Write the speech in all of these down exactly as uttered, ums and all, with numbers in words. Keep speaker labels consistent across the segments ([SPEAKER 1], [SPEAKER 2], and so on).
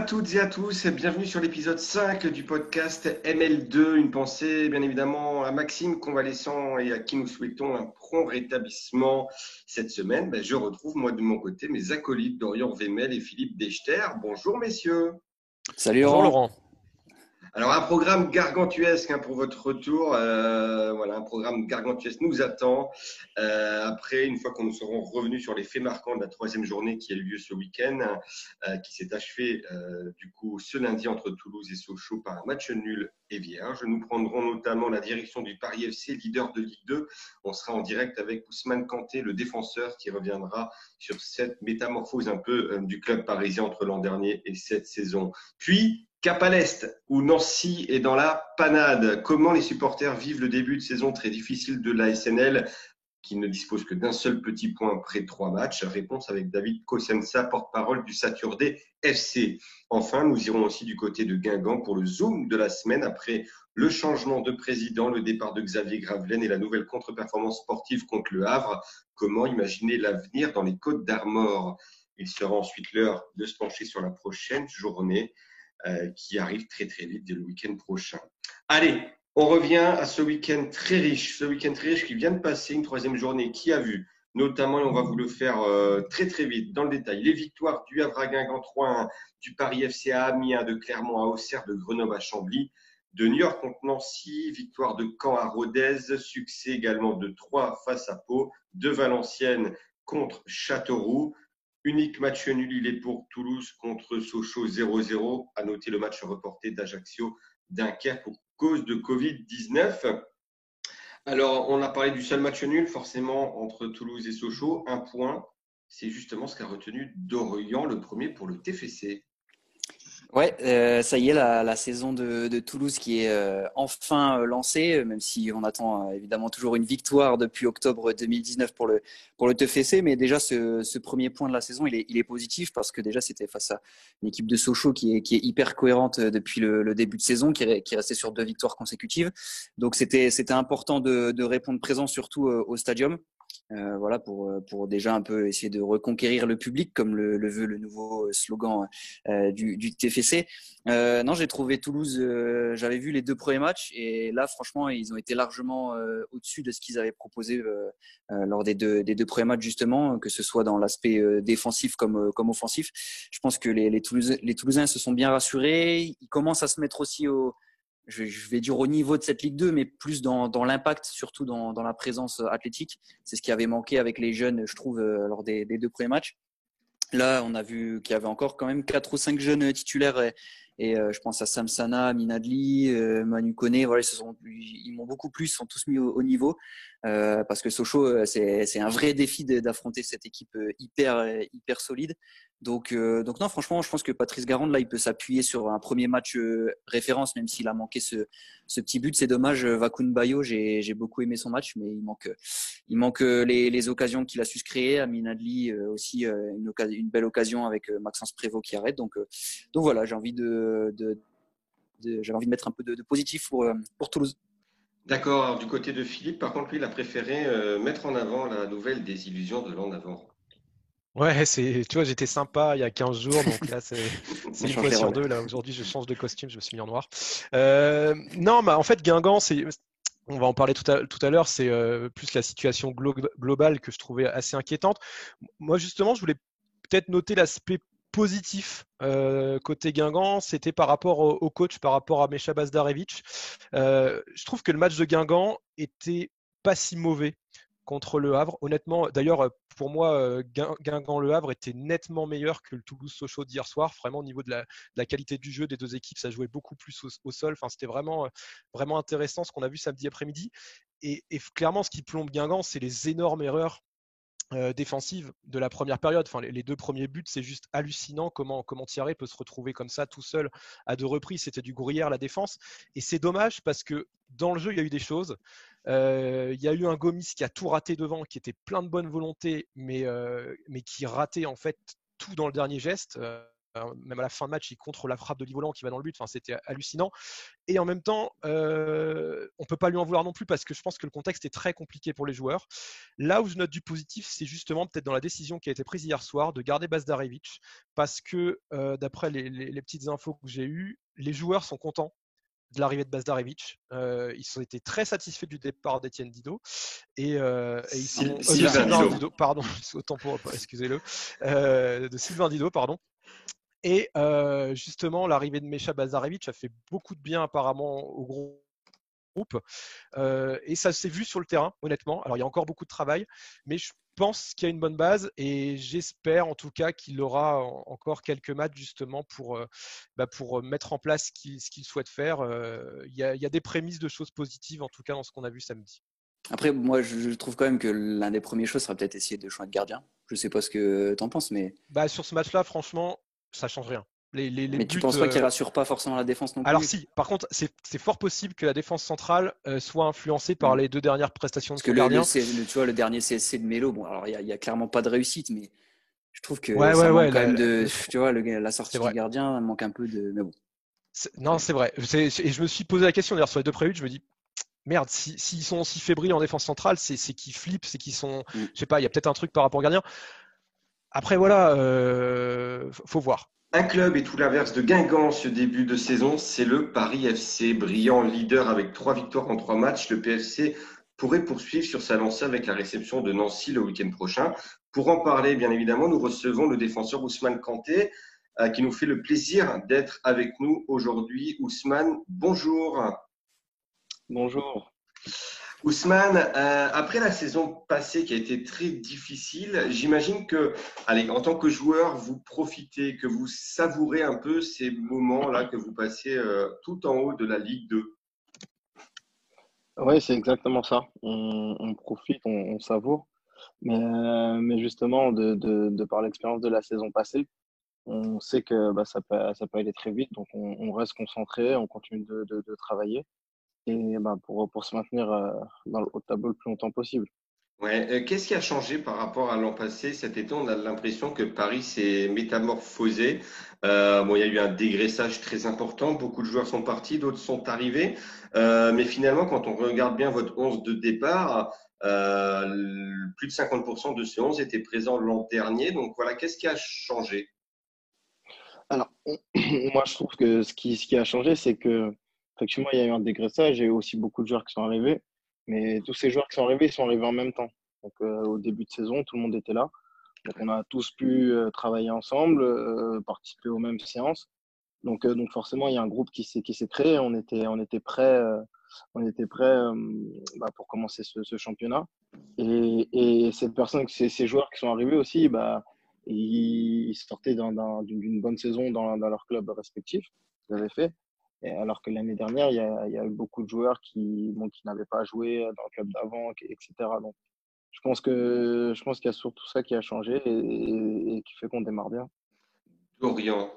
[SPEAKER 1] toutes et à tous, bienvenue sur l'épisode cinq du podcast M L deux. Une pensée bien évidemment à Maxime convalescent et à qui nous souhaitons un prompt rétablissement cette semaine. Ben, je retrouve moi de mon côté mes acolytes Dorian Vemel et Philippe Dechter. Bonjour messieurs.
[SPEAKER 2] Salut
[SPEAKER 3] Bonjour
[SPEAKER 2] Laurent.
[SPEAKER 3] Laurent.
[SPEAKER 1] Alors un programme gargantuesque hein, pour votre retour. Euh, voilà, un programme gargantuesque nous attend. Euh, après, une fois qu'on nous serons revenus sur les faits marquants de la troisième journée qui a eu lieu ce week-end, euh, qui s'est achevé euh, du coup ce lundi entre Toulouse et Sochaux par un match nul et vierge. Nous prendrons notamment la direction du Paris F C, leader de Ligue deux. On sera en direct avec Ousmane Kanté, le défenseur, qui reviendra sur cette métamorphose un peu euh, du club parisien entre l'an dernier et cette saison. Puis Cap à l'Est, où Nancy est dans la panade. Comment les supporters vivent le début de saison très difficile de l'A S N L, qui ne dispose que d'un seul petit point après trois matchs? Réponse avec David Cosenza, porte-parole du Saturdé F C. Enfin, nous irons aussi du côté de Guingamp pour le Zoom de la semaine après le changement de président, le départ de Xavier Gravelaine et la nouvelle contre-performance sportive contre le Havre. Comment imaginer l'avenir dans les Côtes d'Armor? Il sera ensuite l'heure de se pencher sur la prochaine journée Euh, qui arrive très très vite dès le week-end prochain. Allez, on revient à ce week-end très riche, ce week-end très riche qui vient de passer, une troisième journée qui a vu notamment, et on va vous le faire euh, très très vite dans le détail, les victoires du Havre à Guingamp trois un, du Paris F C à Amiens, de Clermont à Auxerre, de Grenoble à Chambly, de New York contre Nancy, victoire de Caen à Rodez, succès également de Troyes face à Pau, de Valenciennes contre Châteauroux. Unique match nul, il est pour Toulouse contre Sochaux zéro zéro. À noter le match reporté d'Ajaccio Dunkerque pour cause de covid dix-neuf. Alors, on a parlé du seul match nul, forcément, entre Toulouse et Sochaux. Un point, c'est justement ce qu'a retenu Dorian, le premier pour le T F C.
[SPEAKER 2] Ouais, euh, ça y est, la, la saison de, de Toulouse qui est euh, enfin euh, lancée, même si on attend euh, évidemment toujours une victoire depuis octobre deux mille dix-neuf pour le pour le T F C, mais déjà ce, ce premier point de la saison, il est, il est positif parce que déjà c'était face à une équipe de Sochaux qui est, qui est hyper cohérente depuis le, le début de saison, qui est, qui est restée sur deux victoires consécutives. Donc c'était c'était important de, de répondre présent surtout euh, au stadium. Euh, voilà pour pour déjà un peu essayer de reconquérir le public comme le, le veut le nouveau slogan euh, du, du T F C. Euh, non, j'ai trouvé Toulouse. Euh, j'avais vu les deux premiers matchs et là, franchement, ils ont été largement euh, au-dessus de ce qu'ils avaient proposé euh, euh, lors des deux des deux premiers matchs justement, que ce soit dans l'aspect euh, défensif comme comme offensif. Je pense que les les Toulousains, les Toulousains se sont bien rassurés. Ils commencent à se mettre aussi au je, je vais dire au niveau de cette Ligue deux, mais plus dans, dans l'impact, surtout dans, dans la présence athlétique. C'est ce qui avait manqué avec les jeunes, je trouve, euh, lors des, des deux premiers matchs. Là, on a vu qu'il y avait encore quand même quatre ou cinq jeunes titulaires et, et euh, je pense à Samsana, Minadli, euh, Manu Koné. Voilà, ils, se sont, ils m'ont beaucoup plu, ils sont tous mis au, au niveau euh, parce que Sochaux, c'est, c'est un vrai défi d'affronter cette équipe hyper, hyper solide. Donc, euh, donc non, franchement, je pense que Patrice Garande, là, il peut s'appuyer sur un premier match euh, référence, même s'il a manqué ce, ce petit but. C'est dommage, Vakoun Bayo, j'ai, j'ai beaucoup aimé son match, mais il manque, il manque les, les occasions qu'il a su se créer. Amin Adli euh, aussi, euh, une, occasion, une belle occasion avec euh, Maxence Prévost qui arrête. Donc, euh, donc voilà, j'ai envie de, de, de, j'avais envie de mettre un peu de, de positif pour, euh, pour Toulouse.
[SPEAKER 1] D'accord, alors du côté de Philippe, par contre, lui, il a préféré euh, mettre en avant la nouvelle désillusion de l'an d'avant.
[SPEAKER 3] Ouais, c'est, tu vois, j'étais sympa il y a quinze jours, donc là, c'est,
[SPEAKER 2] On
[SPEAKER 3] c'est une
[SPEAKER 2] change
[SPEAKER 3] fois
[SPEAKER 2] les
[SPEAKER 3] sur
[SPEAKER 2] rôles.
[SPEAKER 3] deux. Là, aujourd'hui, je change de costume, je me suis mis en noir. Euh, non, bah, en fait, Guingamp, c'est, on va en parler tout à, tout à l'heure, c'est euh, plus la situation glo- globale que je trouvais assez inquiétante. Moi, justement, je voulais peut-être noter l'aspect positif euh, côté Guingamp, c'était par rapport au, au coach, par rapport à Mecha Bazdarevic. Euh, je trouve que le match de Guingamp était pas si mauvais contre le Havre. Honnêtement, d'ailleurs, pour moi, Guingamp-Le Havre était nettement meilleur que le Toulouse-Sochaux d'hier soir. Vraiment, au niveau de la, de la, qualité du jeu des deux équipes, ça jouait beaucoup plus au, au sol. Enfin, c'était vraiment, vraiment intéressant ce qu'on a vu samedi après-midi. Et, et clairement, ce qui plombe Guingamp, c'est les énormes erreurs euh, défensive de la première période. Enfin, les, les deux premiers buts, c'est juste hallucinant comment, comment Thierry peut se retrouver comme ça tout seul à deux reprises. C'était du Gruyère la défense. Et c'est dommage parce que dans le jeu, il y a eu des choses. Euh, il y a eu un Gomis qui a tout raté devant, qui était plein de bonne volonté, mais, euh, mais qui ratait en fait tout dans le dernier geste. Euh, même à la fin de match, il contre la frappe de Livolan qui va dans le but. Enfin, c'était hallucinant. Et en même temps, euh, on ne peut pas lui en vouloir non plus parce que je pense que le contexte est très compliqué pour les joueurs. Là où je note du positif, c'est justement peut-être dans la décision qui a été prise hier soir de garder Bazdarevic parce que euh, d'après les, les, les petites infos que j'ai eues, les joueurs sont contents de l'arrivée de Bazdarevic. Euh, ils ont été très satisfaits du départ d'Etienne Didot. Et, euh, et ils sont,
[SPEAKER 1] Syl-
[SPEAKER 3] euh, de
[SPEAKER 1] Sylvain
[SPEAKER 3] Sylvain
[SPEAKER 1] Didot.
[SPEAKER 3] Didot, pardon, autant pour, excusez-le, euh, de Sylvain Didot, pardon. Et euh, justement, l'arrivée de Mecha Bazarevic a fait beaucoup de bien apparemment au groupe. Euh, et ça s'est vu sur le terrain, honnêtement. Alors, il y a encore beaucoup de travail, mais je pense qu'il y a une bonne base et j'espère en tout cas qu'il aura encore quelques matchs justement pour, euh, bah, pour mettre en place ce qu'il, ce qu'il souhaite faire. Euh, il y a, il y a des prémices de choses positives, en tout cas dans ce qu'on a vu samedi.
[SPEAKER 2] Après, moi, je trouve quand même que l'un des premiers choses sera peut-être essayer de changer de gardien. Je sais pas ce que tu en penses, mais.
[SPEAKER 3] Bah, sur ce match-là, franchement, ça change rien. Les, les, les
[SPEAKER 2] mais
[SPEAKER 3] buts,
[SPEAKER 2] tu penses pas
[SPEAKER 3] euh...
[SPEAKER 2] qu'il rassure pas forcément la défense non plus?
[SPEAKER 3] Alors si, par contre, c'est, c'est fort possible que la défense centrale euh, soit influencée par
[SPEAKER 2] mmh.
[SPEAKER 3] les deux dernières prestations
[SPEAKER 2] Parce
[SPEAKER 3] de
[SPEAKER 2] que
[SPEAKER 3] son
[SPEAKER 2] le,
[SPEAKER 3] gardien.
[SPEAKER 2] le, le, tu vois, le dernier C S C de Melo, bon, alors il y a, y a clairement pas de réussite, mais je trouve que
[SPEAKER 3] ouais,
[SPEAKER 2] ça
[SPEAKER 3] ouais,
[SPEAKER 2] manque
[SPEAKER 3] ouais,
[SPEAKER 2] quand
[SPEAKER 3] la,
[SPEAKER 2] même de,
[SPEAKER 3] la,
[SPEAKER 2] tu vois, le, la sortie du
[SPEAKER 3] vrai.
[SPEAKER 2] gardien manque un peu de, mais bon.
[SPEAKER 3] C'est, non, c'est vrai. C'est, et je me suis posé la question d'ailleurs sur les deux préludes, je me dis. Merde, s'ils si, si sont aussi fébriles en défense centrale, c'est, c'est qu'ils flippent, c'est qu'ils sont.
[SPEAKER 2] Mmh.
[SPEAKER 3] Je sais pas, il y a peut-être un truc par rapport au gardien. Après, voilà, euh, faut voir.
[SPEAKER 1] Un club et tout l'inverse de Guingamp ce début de saison, c'est le Paris F C. Brillant leader avec trois victoires en trois matchs, le P F C pourrait poursuivre sur sa lancée avec la réception de Nancy le week-end prochain. Pour en parler, bien évidemment, nous recevons le défenseur Ousmane Kanté, euh, qui nous fait le plaisir d'être avec nous aujourd'hui. Ousmane, bonjour.
[SPEAKER 4] Bonjour.
[SPEAKER 1] Ousmane, euh, après la saison passée qui a été très difficile, j'imagine que, allez, en tant que joueur, vous profitez, que vous savourez un peu ces moments-là que vous passez euh, tout en haut de la Ligue deux.
[SPEAKER 4] Oui, c'est exactement ça. On, on profite, on, on savoure. Mais, euh, mais justement, de, de, de par l'expérience de la saison passée, on sait que bah, ça peut, ça peut aller très vite. Donc, on, on reste concentré, on continue de, de, de travailler et bah, pour, pour se maintenir euh, dans le haut de tableau le plus longtemps possible.
[SPEAKER 1] Ouais. Euh, qu'est-ce qui a changé par rapport à l'an passé? Cet été, on a l'impression que Paris s'est métamorphosé. Euh, bon, il y a eu un dégraissage très important. Beaucoup de joueurs sont partis, d'autres sont arrivés. Euh, mais finalement, quand on regarde bien votre onze de départ, euh, plus de cinquante pour cent de ce onze était présent l'an dernier. Donc voilà, qu'est-ce qui a changé?
[SPEAKER 4] Alors, on- moi, je trouve que ce qui, ce qui a changé, c'est que effectivement, il y a eu un dégraissage et aussi beaucoup de joueurs qui sont arrivés. Mais tous ces joueurs qui sont arrivés, ils sont arrivés en même temps. Donc, euh, au début de saison, tout le monde était là. Donc, on a tous pu euh, travailler ensemble, euh, participer aux mêmes séances. Donc, euh, donc forcément, il y a un groupe qui s'est qui s'est créé. On était on était prêt euh, on était prêt euh, bah, pour commencer ce, ce championnat. Et, et ces personnes, ces, ces joueurs qui sont arrivés aussi, bah, ils sortaient d'un- d'un- d'une bonne saison dans, dans leur club respectif. Ils avaient fait. Et alors que l'année dernière, il y a, il y a eu beaucoup de joueurs qui bon, qui n'avaient pas joué dans le club d'avant, et cetera. Donc, je pense que je pense qu'il y a surtout ça qui a changé et, et, et qui fait qu'on démarre bien.
[SPEAKER 1] Dorian.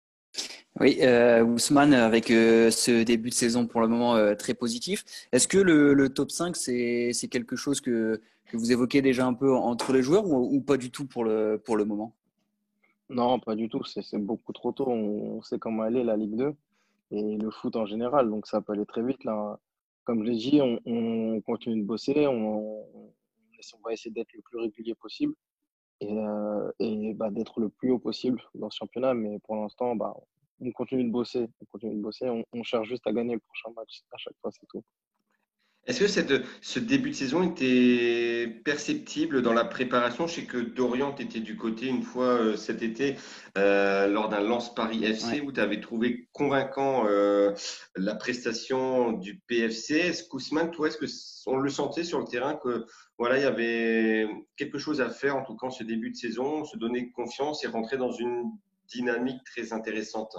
[SPEAKER 2] Oui, euh, Ousmane, avec euh, ce début de saison pour le moment euh, très positif, est-ce que le, le top cinq, c'est, c'est quelque chose que, que vous évoquez déjà un peu entre les joueurs ou, ou pas du tout pour le, pour le moment?
[SPEAKER 4] Non, pas du tout. C'est c'est beaucoup trop tôt. On, on sait comment elle est, la Ligue deux et le foot en général. Donc, ça peut aller très vite, là. Comme je l'ai dit, on, on continue de bosser. On, on, on va essayer d'être le plus régulier possible et, euh, et bah, d'être le plus haut possible dans ce championnat. Mais pour l'instant, bah, on continue de bosser. On continue de bosser. On, on cherche juste à gagner le prochain match à chaque fois, c'est tout.
[SPEAKER 1] Est-ce que cette, ce début de saison était perceptible dans la préparation? Je sais que Dorian était du côté une fois euh, cet été euh, lors d'un Lens Paris F C
[SPEAKER 2] Ouais.
[SPEAKER 1] où tu avais trouvé convaincant euh, la prestation du P F C. Est-ce qu'Ousmane, toi, est-ce que on le sentait sur le terrain que voilà, il y avait quelque chose à faire en tout cas en ce début de saison, se donner confiance et rentrer dans une dynamique très intéressante?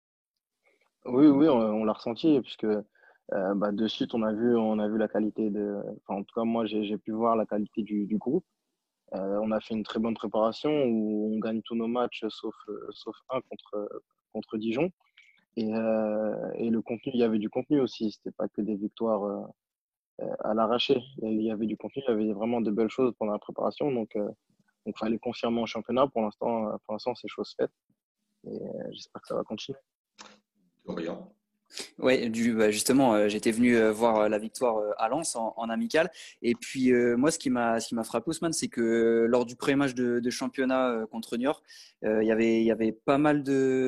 [SPEAKER 4] Oui, oui, on, on l'a ressenti puisque euh, bah, de suite, on a vu, on a vu la qualité de. Enfin, en tout cas, moi, j'ai j'ai pu voir la qualité du, du groupe. Euh, on a fait une très bonne préparation où on gagne tous nos matchs sauf, euh, sauf un contre, contre Dijon. Et, euh, et le contenu, il y avait du contenu aussi. C'était pas que des victoires euh, à l'arraché. Il y avait du contenu, il y avait vraiment de belles choses pendant la préparation. Donc, euh, donc fallait confirmer en championnat. Pour l'instant, euh, pour l'instant, c'est chose faite. et euh, j'espère que ça va continuer.
[SPEAKER 1] Dorian.
[SPEAKER 2] Ouais, du, bah, justement, euh, j'étais venu euh, voir euh, la victoire euh, à Lens en, en amical. Et puis, euh, moi, ce qui m'a, ce qui m'a frappé, Ousmane, c'est que euh, lors du premier match de, de championnat euh, contre Niort, euh, il y avait, il y avait pas mal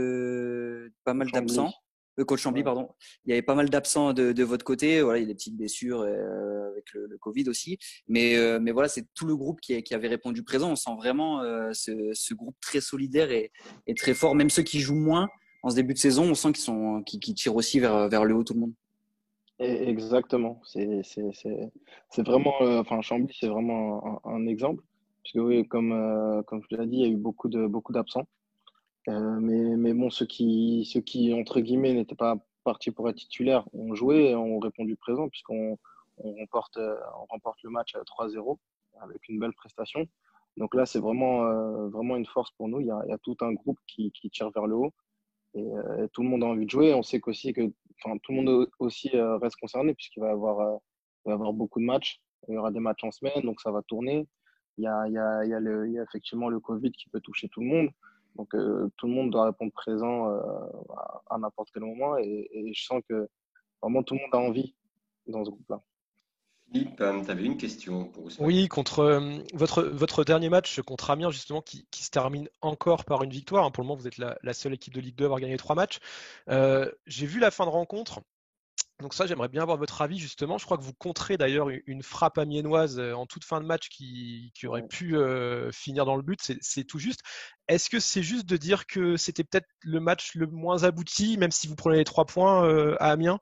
[SPEAKER 2] de, pas mal
[SPEAKER 4] Chambly.
[SPEAKER 2] d'absents. Euh, coach Chambly,
[SPEAKER 4] Ouais.
[SPEAKER 2] pardon. Il y avait pas mal d'absents de, de votre côté. Voilà, il y a des petites blessures euh, avec le, le Covid aussi. Mais, euh, mais voilà, c'est tout le groupe qui, qui avait répondu présent. On sent vraiment euh, ce, ce groupe très solidaire et, et très fort. Même ceux qui jouent moins en ce début de saison, on sent qu'ils sont, qu'ils, qu'ils tirent aussi vers, vers le haut tout le monde.
[SPEAKER 4] Et- exactement. C'est, c'est, c'est, c'est vraiment, euh, enfin, Chambly, c'est vraiment un, un exemple. Parce que oui, comme, euh, comme je l'ai dit, il y a eu beaucoup de, beaucoup d'absents. Euh, mais, mais bon, ceux qui, ceux qui, entre guillemets, n'étaient pas partis pour être titulaires ont joué et ont répondu présent, puisqu'on on remporte, euh, on remporte le match à trois zéro avec une belle prestation. Donc là, c'est vraiment, euh, vraiment une force pour nous. Il y a, il y a tout un groupe qui, qui tire vers le haut et, euh, tout le monde a envie de jouer. On sait qu'aussi que, enfin, tout le monde aussi euh, reste concerné, puisqu'il va y avoir, euh, il va y avoir beaucoup de matchs. Il y aura des matchs en semaine, donc ça va tourner. Il y a, il y a, il y a, le, il y a effectivement le Covid qui peut toucher tout le monde. Donc, euh, tout le monde doit répondre présent euh, à, à n'importe quel moment. Et, et je sens que vraiment tout le monde a envie dans ce groupe-là.
[SPEAKER 1] Philippe, tu avais une question pour Ousmane.
[SPEAKER 3] Oui, contre euh, votre, votre dernier match contre Amiens, justement, qui, qui se termine encore par une victoire. Hein. Pour le moment, vous êtes la, la seule équipe de Ligue deux à avoir gagné trois matchs. Euh, j'ai vu la fin de rencontre. Donc ça, j'aimerais bien avoir votre avis, justement. Je crois que vous contrez d'ailleurs une, une frappe amiénoise euh, en toute fin de match qui, qui aurait
[SPEAKER 4] Ouais.
[SPEAKER 3] pu euh, finir dans le but. C'est, c'est tout juste. Est-ce que c'est juste de dire que c'était peut-être le match le moins abouti, même si vous prenez les trois points euh, à Amiens?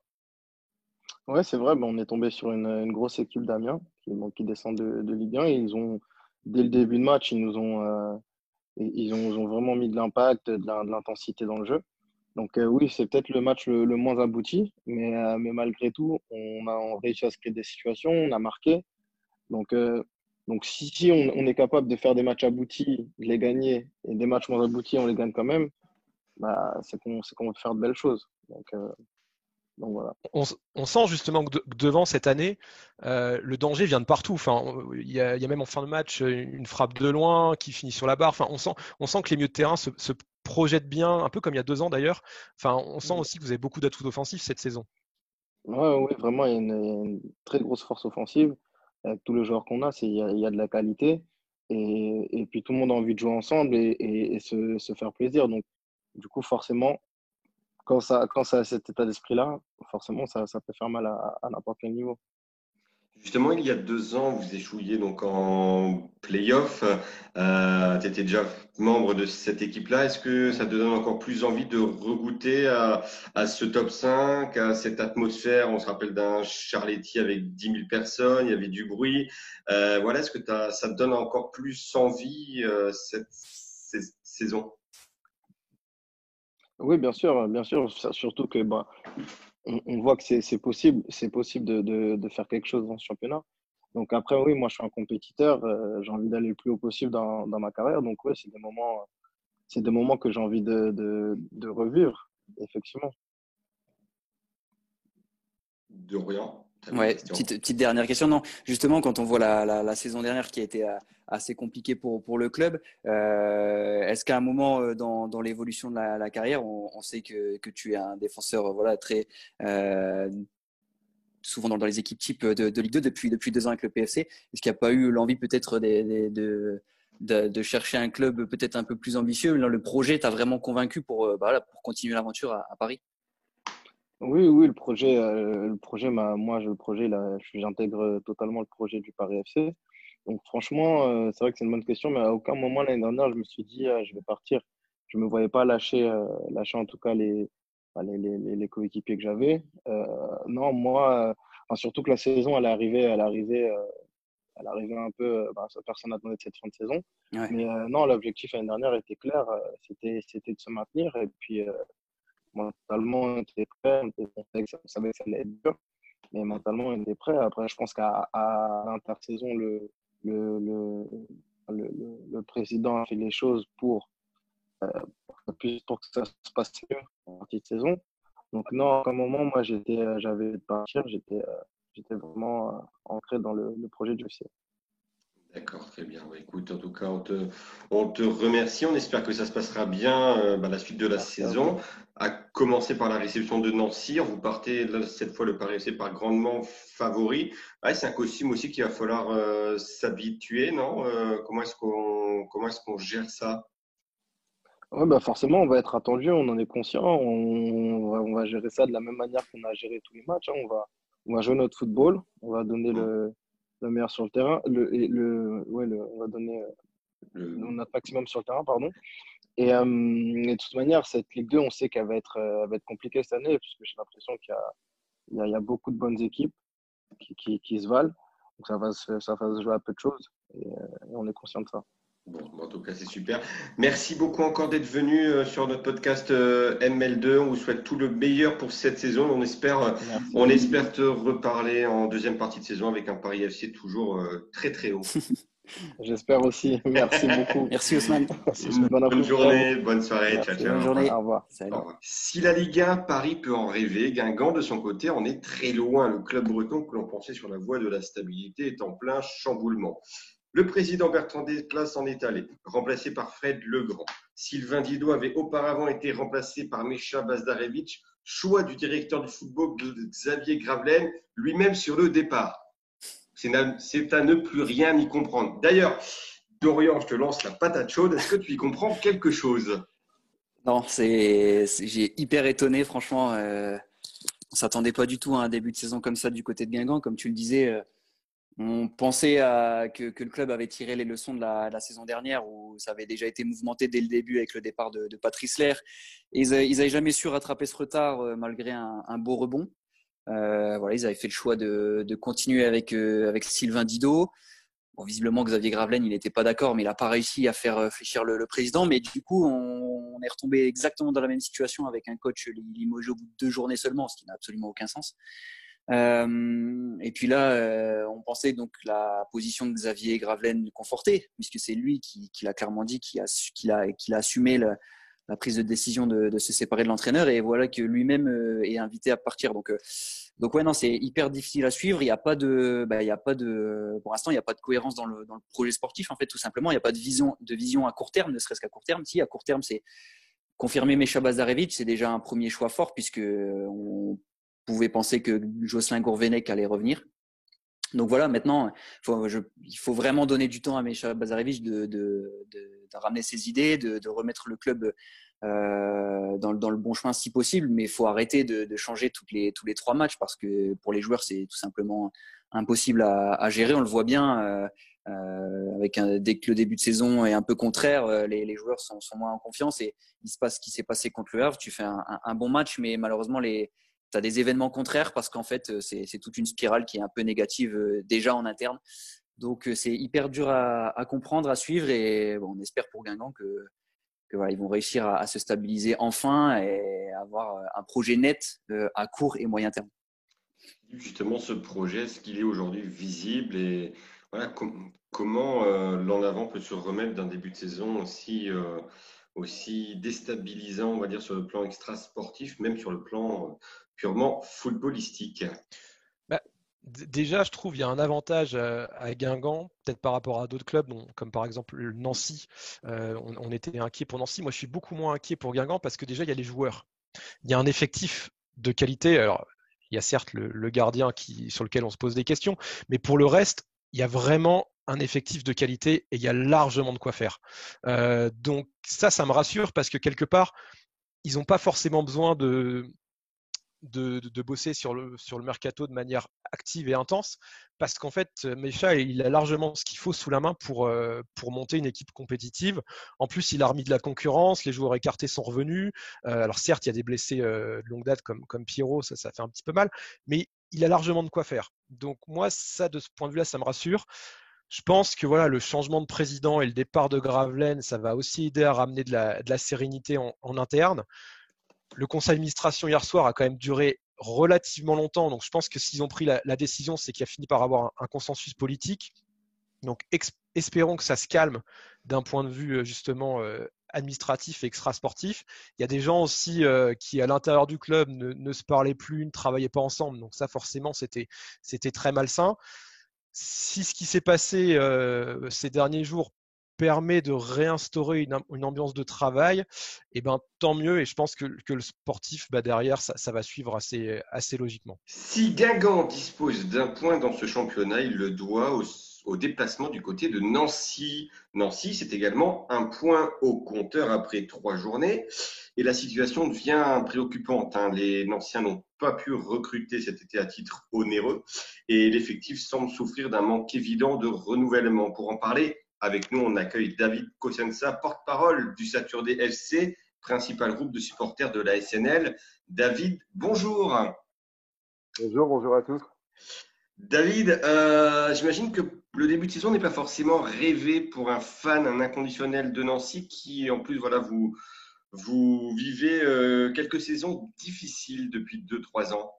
[SPEAKER 4] Ouais, c'est vrai, ben, on est tombé sur une, une grosse équipe d'Amiens qui, bon, qui descend de, de Ligue un. Et ils ont, dès le début de match, ils nous ont, euh, ils ont, ils ont vraiment mis de l'impact, de la- de l'intensité dans le jeu. Donc euh, oui, c'est peut-être le match le, le moins abouti, mais, euh, mais malgré tout, on a réussi à se créer des situations, on a marqué. Donc, euh, donc si, si on, on est capable de faire des matchs aboutis, de les gagner, et des matchs moins aboutis, on les gagne quand même, bah, c'est qu'on c'est qu'on va faire de belles choses. Donc, euh, donc voilà.
[SPEAKER 3] On, on sent justement que, de- que devant cette année, euh, le danger vient de partout. Enfin, il y, a, il y a même en fin de match une frappe de loin qui finit sur la barre. Enfin, on sent, on sent que les milieux de terrain se, se projettent bien, un peu comme il y a deux ans d'ailleurs. Enfin, on sent aussi que vous avez beaucoup d'atouts offensifs cette saison.
[SPEAKER 4] Ouais, ouais, vraiment, il y a une, il y a une très grosse force offensive. Avec tous les joueurs qu'on a, c'est, il y a, il y a de la qualité. Et, et puis tout le monde a envie de jouer ensemble et, et, et se, se faire plaisir. Donc, du coup, forcément, quand ça, quand ça a cet état d'esprit-là, forcément, ça, ça peut faire mal à, à n'importe quel niveau.
[SPEAKER 1] Justement, il y a deux ans, vous échouiez donc en play-off. Euh, tu étais déjà membre de cette équipe-là. Est-ce que ça te donne encore plus envie de regoûter à, à ce top cinq, à cette atmosphère? On se rappelle d'un Charletti avec dix mille personnes, il y avait du bruit. Euh, voilà, est-ce que t'as- ça te donne encore plus envie euh, cette, cette saison?
[SPEAKER 4] Oui, bien sûr, bien sûr. Ça- Surtout que bah, on, on voit que c'est c'est possible, c'est possible de, de, de faire quelque chose dans ce championnat. Donc après, oui, moi je suis un compétiteur, euh, j'ai envie d'aller le plus haut possible dans, dans ma carrière. Donc oui, c'est des moments, c'est des moments que j'ai envie de, de, de revivre, effectivement.
[SPEAKER 1] Dorian, tu avais une
[SPEAKER 2] Ouais,
[SPEAKER 1] question?
[SPEAKER 2] petite, petite dernière question. Non, justement, quand on voit la, la, la saison dernière qui a été euh, assez compliquée pour, pour le club, euh, est-ce qu'à un moment euh, dans, dans l'évolution de la, la carrière, on, on sait que, que tu es un défenseur euh, voilà, très euh, souvent dans, dans les équipes type de, de Ligue deux depuis, depuis deux ans avec le P F C. Est-ce qu'il n'y a pas eu l'envie peut-être des, des- de, de, de chercher un club peut-être un peu plus ambitieux? Là, le projet t'a vraiment convaincu pour, euh, bah, voilà, pour continuer l'aventure à, à Paris?
[SPEAKER 4] Oui, oui, le projet, euh, le projet, m'a- moi, je- le projet, là, je- j'intègre totalement le projet du Paris F C. Donc, franchement, euh, c'est vrai que c'est une bonne question, mais à aucun moment l'année dernière, je me suis dit, ah, je vais partir. Je me voyais pas lâcher, euh, lâcher en tout cas les, bah, les, les, les- les coéquipiers que j'avais. Euh, non, moi, euh, enfin, surtout que la saison, elle est arrivée, elle est arrivée, euh, elle est arrivée un peu, euh, bah, ça, personne n'attendait de cette fin de saison.
[SPEAKER 2] Ouais.
[SPEAKER 4] Mais euh, non, l'objectif l'année dernière était clair, euh, c'était, c'était de se maintenir. Et puis, euh, mentalement, on était prêt, on était- on savait que ça, on savait que ça allait être dur, mais mentalement, on était prêt. Après, je pense qu'à à l'intersaison, le, le, le, le, le- le président a fait les choses pour, pour que ça puisse- pour que ça se passe mieux en partie de saison. Donc, non, à un moment, moi, j'étais, euh, j'avais de partir, j'étais, euh, j'étais vraiment euh, ancré dans le, le projet du F C.
[SPEAKER 1] D'accord, très bien. Bah, écoute, en tout cas, on te, on te remercie. On espère que ça se passera bien euh, bah, la suite de la
[SPEAKER 4] Merci à
[SPEAKER 1] saison.
[SPEAKER 4] vous.
[SPEAKER 1] À commencer par la réception de Nancy. Vous partez là, cette fois le Paris F C par grandement favori. Ouais, c'est un costume aussi qu'il va falloir euh, s'habituer, non? Euh, comment est-ce qu'on comment est-ce qu'on gère ça?
[SPEAKER 4] Ouais, bah forcément, on va être attendu, on en est conscient. On va, on va gérer ça de la même manière qu'on a géré tous les matchs, hein. On va, on va jouer notre football, on va donner
[SPEAKER 1] Hmm.
[SPEAKER 4] le, le meilleur sur le terrain, le, et le, ouais, le, on va donner euh,
[SPEAKER 1] Le-
[SPEAKER 4] notre maximum sur le terrain, pardon. Et, euh, et de toute manière, cette Ligue deux, on sait qu'elle va être, euh, elle va être compliquée cette année, puisque j'ai l'impression qu'il y a, il y a, il y a beaucoup de bonnes équipes qui, qui, qui se valent. Donc ça va se, ça va se jouer à peu de choses, et, euh, et on est conscient de ça.
[SPEAKER 1] Bon, bah, en tout cas, c'est super. Merci beaucoup encore d'être venu euh, sur notre podcast euh, M L deux. On vous souhaite tout le meilleur pour cette saison. On espère, euh,
[SPEAKER 4] Merci.
[SPEAKER 1] on espère te reparler en deuxième partie de saison avec un Paris F C toujours euh, très très haut.
[SPEAKER 4] J'espère aussi. Merci beaucoup.
[SPEAKER 2] Merci Ousmane.
[SPEAKER 4] Merci. Bon
[SPEAKER 1] Bonne
[SPEAKER 4] après-midi à vous.
[SPEAKER 1] journée, bonne soirée. Ciao,
[SPEAKER 4] Merci.
[SPEAKER 2] Bonne
[SPEAKER 1] ciao.
[SPEAKER 2] journée.
[SPEAKER 4] Au revoir.
[SPEAKER 1] Au
[SPEAKER 2] Salut.
[SPEAKER 1] revoir. Si la Ligue un, Paris peut en rêver, Guingamp, de son côté, en est très loin. Le club breton que l'on pensait sur la voie de la stabilité est en plein chamboulement. Le président Bertrand Desclasses en est allé, remplacé par Fred Legrand. Sylvain Didot avait auparavant été remplacé par Mecha Bazdarevic, choix du directeur du football Xavier Gravelaine, lui-même sur le départ. C'est à ne plus rien y comprendre. D'ailleurs, Dorian, je te lance la patate chaude. Est-ce que tu y comprends quelque chose?
[SPEAKER 2] Non, c'est, c'est- j'ai hyper étonné, franchement. Euh, on s'attendait pas du tout à un début de saison comme ça du côté de Guingamp. Comme tu le disais, euh, on pensait à- que, que le club avait tiré les leçons de la, de la saison dernière où ça avait déjà été mouvementé dès le début avec le départ de, de Patrice Lair. Et ils n'avaient jamais su rattraper ce retard euh, malgré un, un beau rebond. Euh, voilà, ils avaient fait le choix de, de continuer avec, euh, avec Sylvain Didot. Bon, visiblement, Xavier Gravelaine, il n'était pas d'accord, mais il n'a pas réussi à faire réfléchir le, le président. Mais du coup, on, on est retombé exactement dans la même situation avec un coach limogé au bout de deux journées seulement, ce qui n'a absolument aucun sens. Euh, et puis là, euh, on pensait donc la position de Xavier Gravelaine confortée, puisque c'est lui qui, qui l'a clairement dit, qui a, qui a, qui a assumé le, la prise de décision de, de se séparer de l'entraîneur, et voilà que lui-même euh, est invité à partir. Donc, euh, donc ouais, non, c'est hyper difficile à suivre. Il n'y a pas de, bah, il y a pas de, pour l'instant, il n'y a pas de cohérence dans le, dans le projet sportif. En fait, tout simplement, il n'y a pas de vision, de vision à court terme, ne serait-ce qu'à court terme. Si, à court terme, c'est confirmer Mecha Bazdarevic, c'est déjà un premier choix fort puisque on pouvait penser que Jocelyn Gourvenec allait revenir. Donc voilà, maintenant, faut, je, il faut vraiment donner du temps à Mecha Bazdarevic de, de, de, de ramener ses idées, de, de remettre le club euh, dans, dans le bon chemin si possible, mais il faut arrêter de, de changer toutes les, tous les trois matchs parce que pour les joueurs, c'est tout simplement impossible à, à gérer. On le voit bien, euh, euh, avec un, dès que le début de saison est un peu contraire, euh, les, les joueurs sont, sont moins en confiance et il se passe ce qui s'est passé contre le Havre. Tu fais un, un, un bon match, mais malheureusement, les tu as des événements contraires parce qu'en fait, c'est, c'est toute une spirale qui est un peu négative euh, déjà en interne. Donc, euh, c'est hyper dur à, à comprendre, à suivre et bon, on espère pour Guingamp que, que voilà, ils vont réussir à, à se stabiliser enfin et avoir un projet net euh, à court et moyen terme.
[SPEAKER 1] Justement, ce projet, est-ce qu'il est aujourd'hui visible et voilà, com- comment euh, l'en avant peut se remettre d'un début de saison aussi, euh, aussi déstabilisant, on va dire, sur le plan extra-sportif, même sur le plan euh, purement footballistique.
[SPEAKER 3] Bah, d- déjà, je trouve il y a un avantage à, à Guingamp, peut-être par rapport à d'autres clubs, dont- comme par exemple le Nancy. Euh, on, on était inquiet pour Nancy. Moi, je suis beaucoup moins inquiet pour Guingamp parce que déjà, il y a les joueurs. Il y a un effectif de qualité. Alors, il y a certes le, le gardien qui, sur lequel on se pose des questions, mais pour le reste, il y a vraiment un effectif de qualité et il y a largement de quoi faire. Euh, donc ça, ça me rassure parce que quelque part, ils n'ont pas forcément besoin de, de, de, de bosser sur le, sur le mercato de manière active et intense parce qu'en fait, Mecha, il a largement ce qu'il faut sous la main pour, euh, pour monter une équipe compétitive. En plus, il a remis de la concurrence, les joueurs écartés sont revenus. Euh, alors certes, il y a des blessés euh, de longue date comme, comme Pierrot, ça, ça fait un petit peu mal, mais il a largement de quoi faire. Donc moi, ça, de ce point de vue-là, ça me rassure. Je pense que voilà, le changement de président et le départ de Gravelaine, ça va aussi aider à ramener de la, de la sérénité en, en interne. Le conseil d'administration hier soir a quand même duré relativement longtemps. Donc, je pense que s'ils ont pris la, la décision, c'est qu'il a fini par avoir un, un consensus politique. Donc, ex- espérons que ça se calme d'un point de vue justement euh, administratif et extra-sportif. Il y a des gens aussi euh, qui, à l'intérieur du club, ne, ne se parlaient plus, ne travaillaient pas ensemble. Donc, ça, forcément, c'était, c'était très malsain. si ce qui s'est passé euh, ces derniers jours permet de réinstaurer une, une ambiance de travail, eh ben, tant mieux. Et je pense que, que le sportif, bah, derrière, ça, ça va suivre assez, assez logiquement.
[SPEAKER 1] Si Guingamp dispose d'un point dans ce championnat, il le doit au, au déplacement du côté de Nancy. Nancy, c'est également un point au compteur après trois journées. Et la situation devient préoccupante, hein. Les Nanciens n'ont pas pu recruter cet été à titre onéreux et l'effectif semble souffrir d'un manque évident de renouvellement. Pour en parler, avec nous, on accueille David Cosenza, porte-parole du Saturday F C, principal groupe de supporters de la S N L. David, bonjour.
[SPEAKER 5] Bonjour, bonjour à tous.
[SPEAKER 1] David, euh, j'imagine que le début de saison n'est pas forcément rêvé pour un fan, un inconditionnel de Nancy qui, en plus, voilà, vous, vous vivez euh, quelques saisons difficiles depuis deux trois ans.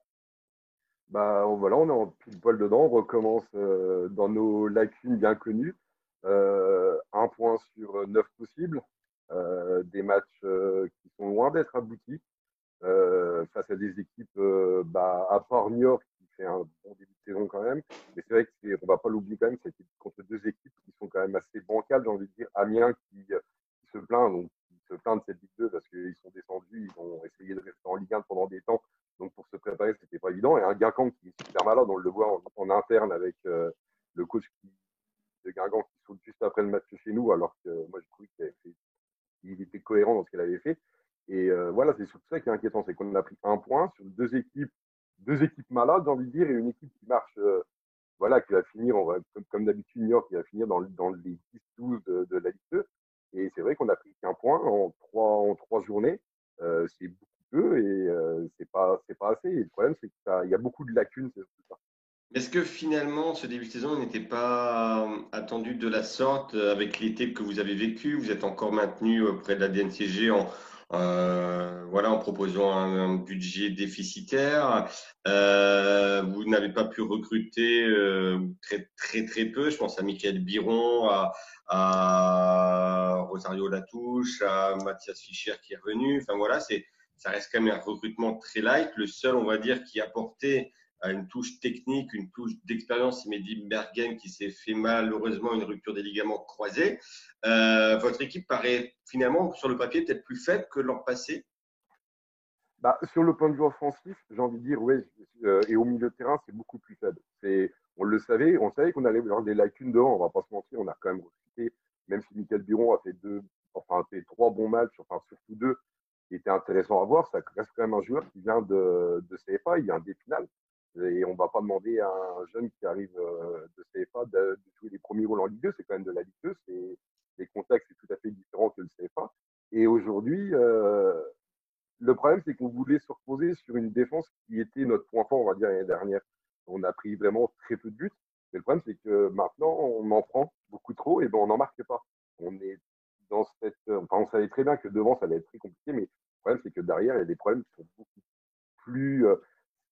[SPEAKER 5] Bah, voilà, on est en pile poil dedans. On recommence euh, dans nos lacunes bien connues. Euh, un point sur neuf possibles. Euh, des matchs euh, qui sont loin d'être aboutis. Euh, face à des équipes, euh, bah, à part New York, qui fait un bon début de saison quand même. Mais c'est vrai que c'est, on va pas l'oublier quand même, c'est contre deux équipes qui sont quand même assez bancales, j'ai envie de dire. Amiens qui, qui se plaint, donc qui se plaint de cette Ligue deux parce qu'ils sont descendus, ils ont essayé de rester en Ligue un pendant des temps. Donc pour se préparer, c'était pas évident. Et un Guingamp qui est super malade, on le voit en, en interne avec euh, le coach qui, de Guingamp qui saute juste après le match chez nous, alors que moi je trouvais qu'il avait fait, il était cohérent dans ce qu'il avait fait. Et euh, voilà, c'est surtout ça qui est inquiétant, c'est qu'on a pris un point sur deux équipes, deux équipes malades, j'ai envie de dire, et une équipe qui marche, euh, voilà, qui va finir, on va, comme, comme d'habitude, New York, qui va finir dans, dans les dix douze de, de la Ligue deux. Et c'est vrai qu'on a pris qu'un point en trois, en trois journées. Euh, c'est beaucoup peu et euh, c'est pas, c'est pas assez. Et le problème, c'est qu'il y a beaucoup de lacunes, c'est tout ça.
[SPEAKER 1] Est-ce que finalement, ce début de saison n'était pas attendu de la sorte euh, avec l'été que vous avez vécu? Vous êtes encore maintenu auprès de la D N C G en, euh, voilà, en proposant un, un budget déficitaire. Euh, vous n'avez pas pu recruter euh, très, très, très peu. Je pense à Michael Biron, à, à Rosario Latouche, à Mathias Fischer qui est revenu. Enfin voilà, c'est, ça reste quand même un recrutement très light. Le seul, on va dire, qui a apporté à une touche technique, une touche d'expérience, c'est Mehdi Bergen qui s'est fait malheureusement une rupture des ligaments croisés. Euh, votre équipe paraît finalement sur le papier peut-être plus faible que l'an passé.
[SPEAKER 5] Bah, sur le point de vue offensif, j'ai envie de dire, oui, euh, et au milieu de terrain, c'est beaucoup plus faible. C'est, on le savait, on savait qu'on allait avoir des lacunes devant, on va pas se mentir, on a quand même recruté, même si Michael Biron a fait deux, enfin, a fait trois bons matchs, enfin, surtout deux, qui étaient intéressants à voir, ça reste quand même un joueur qui vient de, de C F A, il y a un des finales, et on va pas demander à un jeune qui arrive euh, de C F A de, de jouer les premiers rôles en Ligue deux, c'est quand même de la Ligue deux, c'est, les contextes, c'est tout à fait différent que le C F A. Et aujourd'hui, euh, le problème, c'est qu'on voulait se reposer sur une défense qui était notre point fort, on va dire, l'année dernière. On a pris vraiment très peu de buts. Mais le problème, c'est que maintenant, on en prend beaucoup trop et ben, on n'en marque pas. On est dans cette. Enfin, on savait très bien que devant, ça allait être très compliqué, mais le problème, c'est que derrière, il y a des problèmes qui sont beaucoup plus, euh,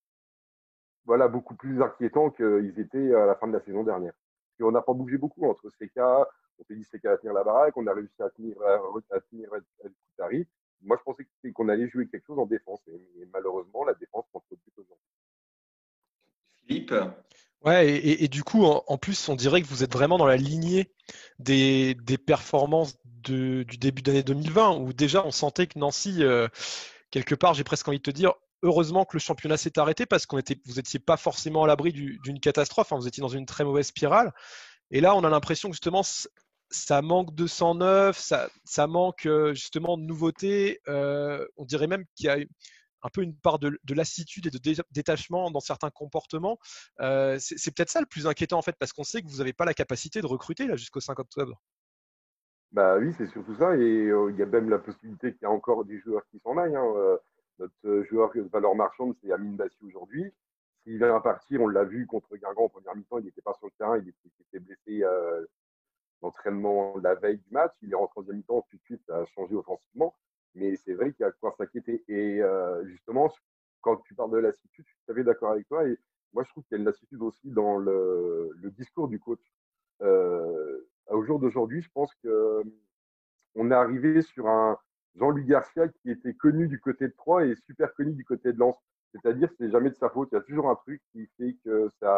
[SPEAKER 5] voilà, beaucoup plus inquiétants qu'ils étaient à la fin de la saison dernière. Et on n'a pas bougé beaucoup entre C K, on s'est dit C K à tenir la baraque, on a réussi à tenir à tenir El Koutari. Moi, je pensais qu'on allait jouer quelque chose en défense. Et, et malheureusement, la défense prend trop de buts aujourd'hui.
[SPEAKER 1] Philippe?
[SPEAKER 3] Ouais, et, et, et du coup, en, en plus, on dirait que vous êtes vraiment dans la lignée des, des performances de, du début d'année deux mille vingt, où déjà on sentait que Nancy, euh, quelque part, j'ai presque envie de te dire, heureusement que le championnat s'est arrêté parce qu'on était, vous n'étiez pas forcément à l'abri du, d'une catastrophe, hein, vous étiez dans une très mauvaise spirale. Et là, on a l'impression que justement, ça manque de sang neuf, ça, ça manque euh, justement de nouveautés. Euh, on dirait même qu'il y a un peu une part de, de lassitude et de dé- détachement dans certains comportements. Euh, c'est, c'est peut-être ça le plus inquiétant en fait, parce qu'on sait que vous n'avez pas la capacité de recruter là jusqu'au cinq octobre.
[SPEAKER 5] Bah oui, c'est surtout ça. Et euh, il y a même la possibilité qu'il y a encore des joueurs qui s'en aillent. Hein. Euh, notre joueur de valeur marchande, c'est Amine Bassi aujourd'hui. S'il vient à partir, on l'a vu contre Guingamp en première mi-temps, il n'était pas sur le terrain, il était, il était blessé euh, l'entraînement la veille du match. Il est rentré en deuxième mi-temps, tout de suite, ça a changé offensivement. Mais c'est vrai qu'il y a quoi s'inquiéter. Et euh, justement, quand tu parles de lassitude, je suis tout à fait d'accord avec toi. Et moi, je trouve qu'il y a une lassitude aussi dans le, le discours du coach. Euh, au jour d'aujourd'hui, je pense que on est arrivé sur un Jean-Louis Garcia qui était connu du côté de Troyes et super connu du côté de Lens. C'est-à-dire que c'est jamais de sa faute. Il y a toujours un truc qui fait que ça,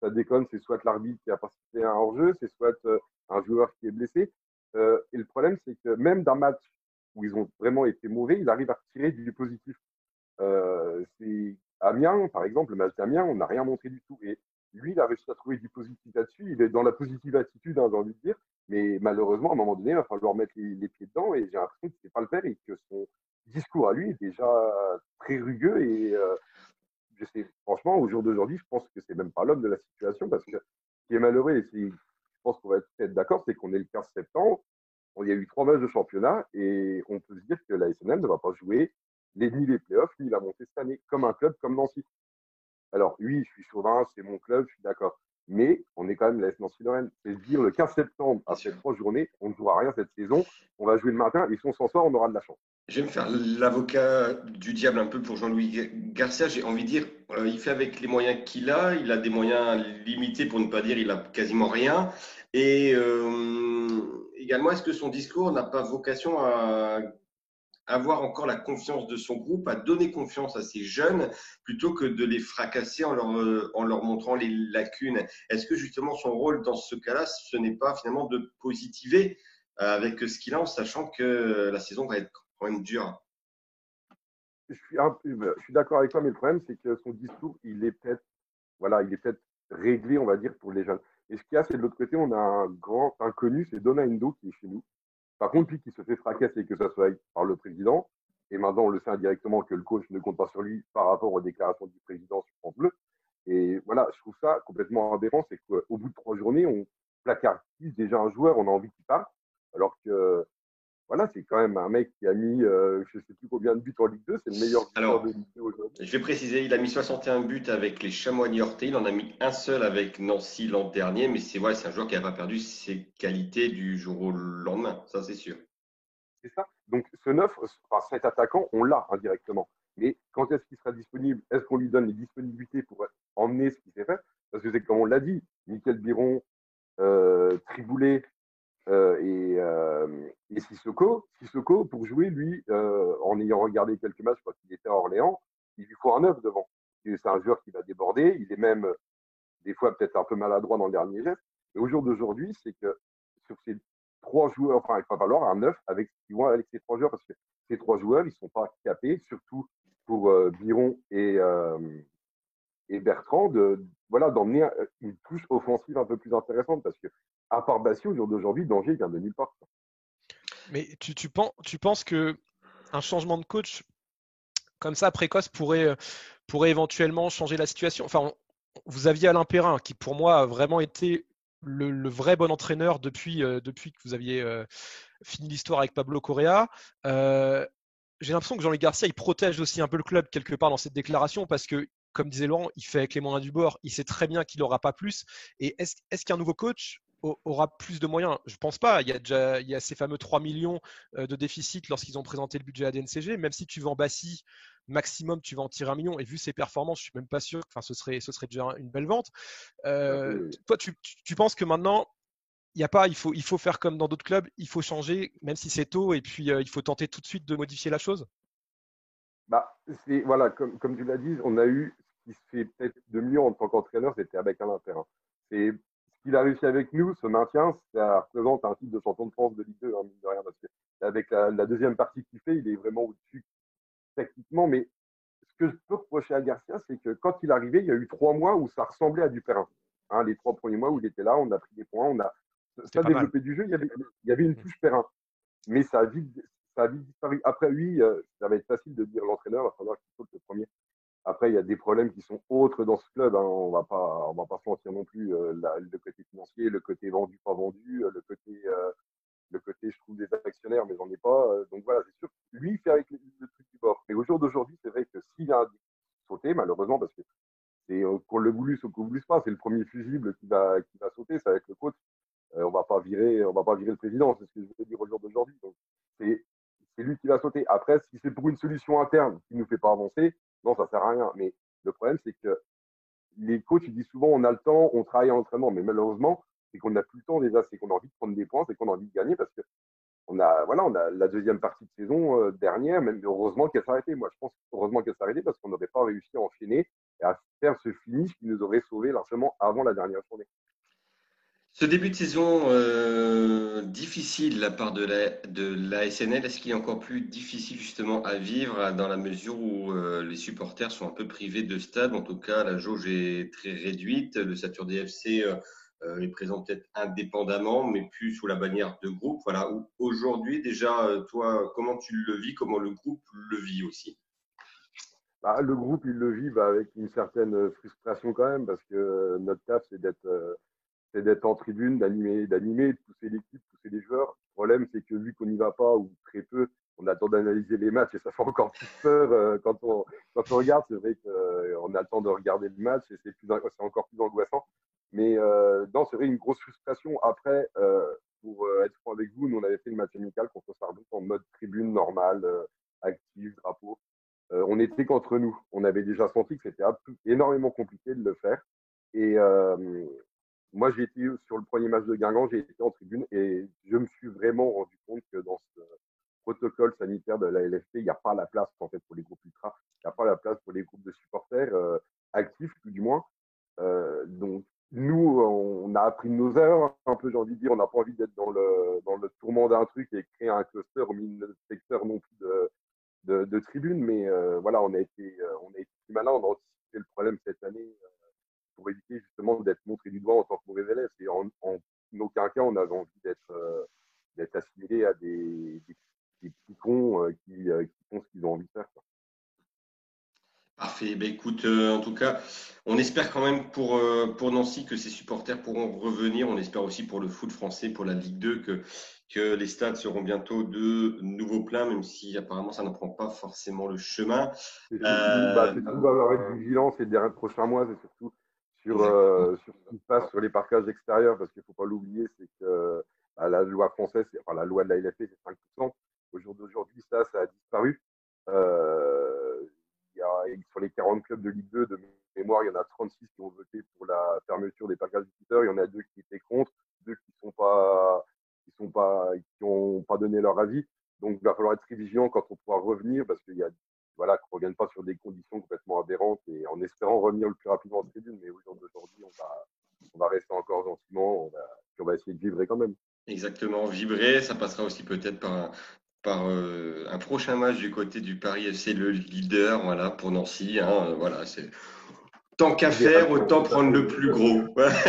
[SPEAKER 5] ça déconne, c'est soit l'arbitre qui a participé à un hors-jeu, c'est soit euh, un joueur qui est blessé. Euh, et le problème, c'est que même d'un match où ils ont vraiment été mauvais, ils arrivent à retirer du positif. Euh, c'est Amiens, par exemple, le match d'Amiens, on n'a rien montré du tout. Et lui, il a réussi à trouver du positif là-dessus. Il est dans la positive attitude, hein, j'ai envie de dire. Mais malheureusement, à un moment donné, il va falloir mettre les, les pieds dedans. Et j'ai l'impression que c'est pas le faire et que son discours à lui est déjà très rugueux. Et euh, je sais, franchement, au jour d'aujourd'hui, je pense que c'est même pas l'homme de la situation parce que ce qui est malheureux, et c'est, je pense qu'on va être d'accord, c'est qu'on est le quinze septembre. Il y a eu trois matchs de championnat et on peut se dire que la S N M ne va pas jouer les, ni les playoffs ni la montée cette année, comme un club comme Nancy. Alors oui, je suis chauvin, c'est mon club, je suis d'accord. Mais on est quand même la S Nancy-Lorraine. C'est dire le quinze septembre, après trois journées, on ne jouera rien cette saison, on va jouer le matin et si on s'en sort, on aura de la chance.
[SPEAKER 1] Je vais me faire l'avocat du diable un peu pour Jean-Louis Garcia. J'ai envie de dire, euh, il fait avec les moyens qu'il a. Il a des moyens limités, pour ne pas dire il a quasiment rien. Et euh, également, est-ce que son discours n'a pas vocation à avoir encore la confiance de son groupe, à donner confiance à ces jeunes, plutôt que de les fracasser en leur, en leur montrant les lacunes? Est-ce que justement son rôle dans ce cas-là, ce n'est pas finalement de positiver avec ce qu'il a, en sachant que la saison va être quand même dur?
[SPEAKER 5] Je suis, un, je suis d'accord avec toi, mais le problème, c'est que son discours, il est peut-être voilà, il est peut-être réglé, on va dire, pour les jeunes. Et ce qu'il y a, c'est de l'autre côté, on a un grand inconnu, c'est Dona Endo qui est chez nous. Par contre, lui qui se fait fracasser, que ce soit par le président, et maintenant on le sait indirectement que le coach ne compte pas sur lui par rapport aux déclarations du président sur France Bleu. Et voilà, je trouve ça complètement aberrant, c'est qu'au bout de trois journées, on placardise déjà un joueur, on a envie qu'il parte, alors que voilà, c'est quand même un mec qui a mis, euh, je ne sais plus combien de buts en Ligue deux, c'est le meilleur buteur
[SPEAKER 1] Alors,
[SPEAKER 5] de Ligue deux aujourd'hui.
[SPEAKER 1] je vais préciser, il a mis soixante et un buts avec les Chamois Niortais, il en a mis un seul avec Nancy l'an dernier, mais c'est ouais, c'est un joueur qui n'a pas perdu ses qualités du jour au lendemain, ça c'est sûr.
[SPEAKER 5] C'est ça. Donc ce neuf, enfin, cet attaquant, on l'a indirectement. Mais quand est-ce qu'il sera disponible? Est-ce qu'on lui donne les disponibilités pour emmener ce qui s'est fait? Parce que c'est comme on l'a dit, Michael Biron, euh, Triboulet euh, et, euh, et Sissoko. Sissoko, pour jouer, lui, euh, en ayant regardé quelques matchs quand il était à Orléans, il lui faut un neuf devant. Et c'est un joueur qui va déborder. Il est même des fois peut-être un peu maladroit dans le dernier geste. Et au jour d'aujourd'hui, c'est que sur ces trois joueurs, enfin, il va falloir un neuf avec, avec ces trois joueurs parce que ces trois joueurs, ils ne sont pas capés, surtout pour euh, Biron et, euh, et Bertrand, de, voilà, d'emmener une touche offensive un peu plus intéressante parce que, à part Bassi, au jour d'aujourd'hui, Danger vient de nulle part.
[SPEAKER 3] Mais tu, tu, penses, tu penses que un changement de coach comme ça précoce pourrait, pourrait éventuellement changer la situation? Enfin, vous aviez Alain Perrin qui, pour moi, a vraiment été le, le vrai bon entraîneur depuis, euh, depuis que vous aviez euh, fini l'histoire avec Pablo Correa. Euh, j'ai l'impression que Jean-Louis Garcia, il protège aussi un peu le club quelque part dans cette déclaration parce que, comme disait Laurent, il fait avec les moyens du bord, il sait très bien qu'il n'aura pas plus. Et est-ce, est-ce qu'un nouveau coach aura plus de moyens? Je pense pas. Il y a déjà il y a ces fameux trois millions de déficit lorsqu'ils ont présenté le budget A D N C G. Même si tu vends Bassi, maximum tu vas en tirer un million. Et vu ses performances, je suis même pas sûr. Enfin, ce serait, ce serait déjà une belle vente. Euh, toi, tu, tu penses que maintenant, il y a pas, il faut, il faut faire comme dans d'autres clubs, il faut changer, même si c'est tôt, et puis euh, il faut tenter tout de suite de modifier la chose?
[SPEAKER 5] Bah, c'est, voilà, comme, comme tu l'as dit, on a eu ce qui se fait peut-être de mieux en tant qu'entraîneur, c'était avec Alain Perrin. C'est ce qu'il a réussi avec nous, ce maintien, ça représente un titre de champion de France de Ligue deux, hein, mine de rien, parce que avec la, la deuxième partie qu'il fait, il est vraiment au-dessus techniquement. Mais ce que je peux reprocher à Garcia, c'est que quand il est arrivé, il y a eu trois mois où ça ressemblait à du Perrin. Hein, les trois premiers mois où il était là, on a pris des points, on a ça développé du jeu, il y avait, il y avait une touche Perrin. Mais ça a vite, ça a vite disparu. Après, oui, euh, ça va être facile de dire l'entraîneur, il va falloir qu'il saute le premier. Après, il y a des problèmes qui sont autres dans ce club. Hein. On va pas, on va pas se mentir non plus. Euh, la, le côté financier, le côté vendu, pas vendu, euh, le côté, euh, le côté, je trouve, des actionnaires, mais j'en ai pas. Euh, donc voilà, c'est sûr. Lui, il fait avec le, le truc du bord. Mais au jour d'aujourd'hui, c'est vrai que s'il a sauté, malheureusement, parce que c'est euh, qu'on le voulu ou qu'on le voulu pas, c'est le premier fusible qui va, qui va sauter, c'est avec le coach. Euh, on va pas virer, on va pas virer le président, c'est ce que je veux dire au jour d'aujourd'hui. Donc c'est c'est lui qui va sauter. Après, si c'est pour une solution interne qui nous fait pas avancer, non, ça sert à rien. Mais le problème, c'est que les coachs ils disent souvent on a le temps, on travaille en entraînement, mais malheureusement, c'est qu'on n'a plus le temps déjà, c'est qu'on a envie de prendre des points, c'est qu'on a envie de gagner parce que on a, voilà, on a la deuxième partie de saison euh, dernière, même heureusement qu'elle s'est arrêtée. Moi, je pense heureusement qu'elle s'est arrêtée parce qu'on n'aurait pas réussi à enchaîner et à faire ce finish qui nous aurait sauvés largement avant la dernière journée.
[SPEAKER 1] Ce début de saison euh, difficile de la part de la, de la S N L, est-ce qu'il est encore plus difficile justement à vivre dans la mesure où euh, les supporters sont un peu privés de stade? En tout cas, la jauge est très réduite. Le Saturday F C euh, est présent peut-être indépendamment, mais plus sous la bannière de groupe. Voilà. Aujourd'hui, déjà, toi, comment tu le vis? Comment le groupe le vit aussi?
[SPEAKER 5] Bah, le groupe, il le vit bah, avec une certaine frustration quand même, parce que notre taf, c'est d'être euh, c'est d'être en tribune, d'animer, d'animer, de pousser l'équipe, pousser les joueurs. Le problème, c'est que vu qu'on n'y va pas ou très peu, on attend d'analyser les matchs et ça fait encore plus peur euh, quand, on, quand on regarde. C'est vrai qu'on euh, a le temps de regarder le match et c'est, plus, c'est encore plus angoissant. Mais euh, non, c'est vrai, une grosse frustration. Après, euh, pour euh, être franc avec vous, nous, on avait fait le match amical contre Sardou en mode tribune normale, euh, active, drapeau. Euh, on était qu'entre nous. On avait déjà senti que c'était énormément compliqué de le faire. Et euh, moi, j'ai été sur le premier match de Guingamp, j'ai été en tribune et je me suis vraiment rendu compte que dans ce protocole sanitaire de la L F P, il n'y a pas la place en fait pour les groupes ultras, il n'y a pas la place pour les groupes de supporters euh, actifs, tout du moins. Euh, donc, nous, on a appris de nos erreurs, un peu, j'ai envie de dire, on n'a pas envie d'être dans le, dans le tourment d'un truc et créer un cluster au milieu de secteur non plus de, de, de tribune, mais euh, voilà, on a été, on a été plus malin, on a anticipé le problème cette année. Euh, pour éviter justement d'être montré du doigt en tant que mauvais élève. Et en, en aucun cas, on avait envie d'être, euh, d'être assimilé à des, des, des petits cons euh, qui, euh, qui font ce qu'ils ont envie de faire. Quoi.
[SPEAKER 1] Parfait. Ben, écoute, euh, en tout cas, on espère quand même pour, euh, pour Nancy que ses supporters pourront revenir. On espère aussi pour le foot français, pour la Ligue deux, que, que les stades seront bientôt de nouveau pleins, même si apparemment ça ne prend pas forcément le chemin.
[SPEAKER 5] C'est surtout, euh... bah, c'est surtout avoir être vigilant ces derniers prochains mois, c'est surtout sur, euh, sur ce qui se passe sur les parcages extérieurs, parce qu'il ne faut pas l'oublier, c'est que bah, la loi française, enfin la loi de la L F P, c'est cinq pour cent. Au jour d'aujourd'hui, ça, ça a disparu. Euh, il y a, sur les quarante clubs de Ligue deux, de mémoire, il y en a trente-six qui ont voté pour la fermeture des parcages visiteurs. Il y en a deux qui étaient contre, deux qui sont pas, qui sont pas, qui ont pas donné leur avis. Donc, il va falloir être très vigilant quand on pourra revenir, parce qu'il y a, voilà, qu'on ne revienne pas sur des conditions complètement aberrantes et en espérant revenir le plus rapidement en tribune. Mais au jour d'aujourd'hui, on va, on va rester encore gentiment, on va, puis on va essayer de vibrer quand même.
[SPEAKER 1] Exactement, vibrer. Ça passera aussi peut-être par un, par euh, un prochain match du côté du Paris F C, le leader, voilà, pour Nancy. Hein, voilà, c'est tant qu'à faire, autant prendre le plus gros.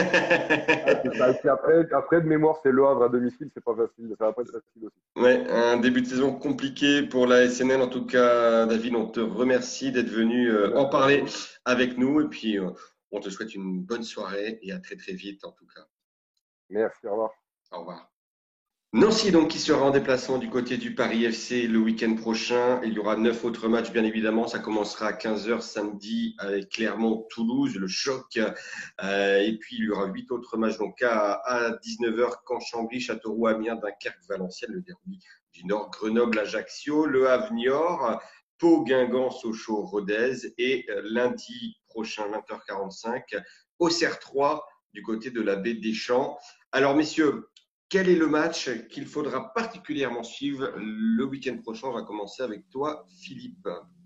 [SPEAKER 5] Ah, après, après, de mémoire, c'est Le Havre à domicile, c'est pas facile. Ça va pas être facile aussi.
[SPEAKER 1] Ouais, un début de saison compliqué pour la S N L. En tout cas, David, on te remercie d'être venu euh, en parler avec nous. Et puis, euh, on te souhaite une bonne soirée et à très très vite en tout cas.
[SPEAKER 5] Merci, au revoir.
[SPEAKER 1] Au revoir. Nancy donc qui sera en déplacement du côté du Paris F C le week-end prochain. Il y aura neuf autres matchs bien évidemment. Ça commencera à quinze heures samedi avec Clermont-Toulouse, le choc. Euh, et puis il y aura huit autres matchs donc à, à dix-neuf heures Caen, Chambly, Châteauroux, Amiens, Dunkerque, Valenciennes, le derby du Nord, Grenoble, Ajaccio, Le Havre, Niort, Pau, Guingamp, Sochaux, Rodez et euh, lundi prochain vingt heures quarante-cinq Auxerre trois du côté de la baie des Champs. Alors messieurs, quel est le match qu'il faudra particulièrement suivre le week-end prochain? On va commencer avec toi, Philippe.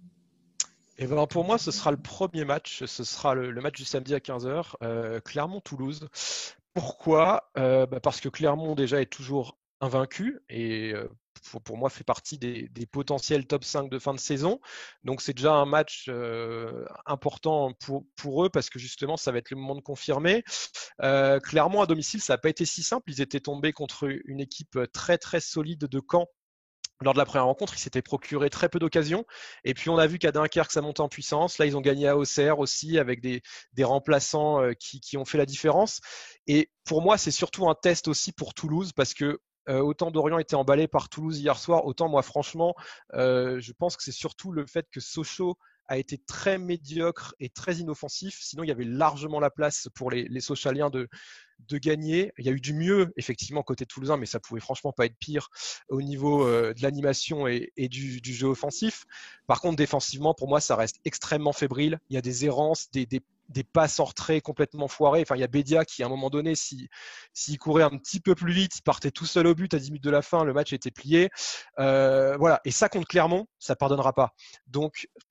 [SPEAKER 3] Et ben pour moi, ce sera le premier match. Ce sera le, le match du samedi à quinze heures, euh, Clermont-Toulouse. Pourquoi euh, bah Parce que Clermont déjà est toujours invaincu et euh, pour, pour moi fait partie des, des potentiels top cinq de fin de saison. Donc c'est déjà un match euh, important pour, pour eux parce que justement ça va être le moment de confirmer. Euh, Clermont à domicile, ça n'a pas été si simple. Ils étaient tombés contre une équipe très très solide de Caen. Lors de la première rencontre, ils s'étaient procuré très peu d'occasions. Et puis, on a vu qu'à Dunkerque, ça montait en puissance. Là, ils ont gagné à Auxerre aussi avec des, des remplaçants euh, qui, qui ont fait la différence. Et pour moi, c'est surtout un test aussi pour Toulouse parce que euh, autant Dorian était emballé par Toulouse hier soir, autant moi, franchement, euh, je pense que c'est surtout le fait que Sochaux a été très médiocre et très inoffensif. Sinon, il y avait largement la place pour les, les Sochaliens de, de gagner. Il y a eu du mieux, effectivement, côté toulousain, mais ça pouvait franchement pas être pire au niveau euh, de l'animation et, et du, du jeu offensif. Par contre, défensivement, pour moi, ça reste extrêmement fébrile. Il y a des errances, des, des, des passes en retrait complètement foirées. Enfin, il y a Bédia qui, à un moment donné, s'il si, courait un petit peu plus vite, il partait tout seul au but à dix minutes de la fin, le match était plié. Euh, voilà. Et ça, contre Clermont, ça pardonnera pas. Donc,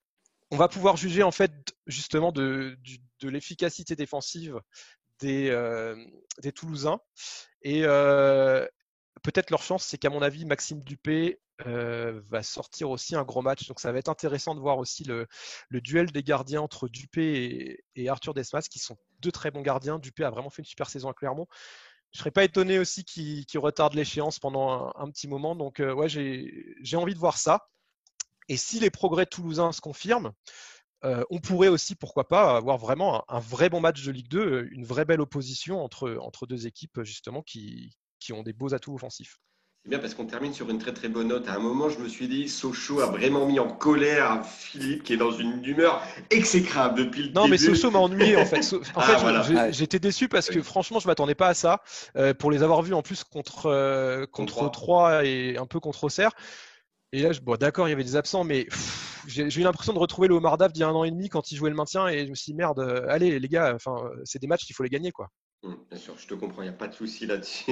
[SPEAKER 3] on va pouvoir juger en fait justement de, de, de l'efficacité défensive des, euh, des Toulousains. Et euh, peut-être leur chance, c'est qu'à mon avis, Maxime Dupé euh, va sortir aussi un gros match. Donc ça va être intéressant de voir aussi le, le duel des gardiens entre Dupé et, et Arthur Desmas, qui sont deux très bons gardiens. Dupé a vraiment fait une super saison à Clermont. Je ne serais pas étonné aussi qu'il, qu'il retarde l'échéance pendant un, un petit moment. Donc euh, ouais, j'ai, j'ai envie de voir ça. Et si les progrès toulousains se confirment, euh, on pourrait aussi, pourquoi pas, avoir vraiment un, un vrai bon match de Ligue deux, une vraie belle opposition entre, entre deux équipes justement qui, qui ont des beaux atouts offensifs.
[SPEAKER 1] C'est bien parce qu'on termine sur une très très bonne note. À un moment, je me suis dit, Sochaux a vraiment mis en colère Philippe qui est dans une humeur exécrable depuis le
[SPEAKER 3] non,
[SPEAKER 1] début.
[SPEAKER 3] Non, mais Sochaux m'a ennuyé en fait. So- en
[SPEAKER 1] ah,
[SPEAKER 3] fait,
[SPEAKER 1] voilà.
[SPEAKER 3] je, je, j'étais déçu parce que franchement, je m'attendais pas à ça. Euh, pour les avoir vus en plus contre euh, contre Troyes et un peu contre Auxerre. Et là, je, bon, d'accord, il y avait des absents, mais pff, j'ai, j'ai eu l'impression de retrouver le Omar Daf d'il y a un an et demi quand il jouait le maintien. Et je me suis dit, merde, euh, allez les gars, enfin, c'est des matchs qu'il faut les gagner, quoi.
[SPEAKER 1] Bien sûr, je te comprends, il n'y a pas de souci là-dessus.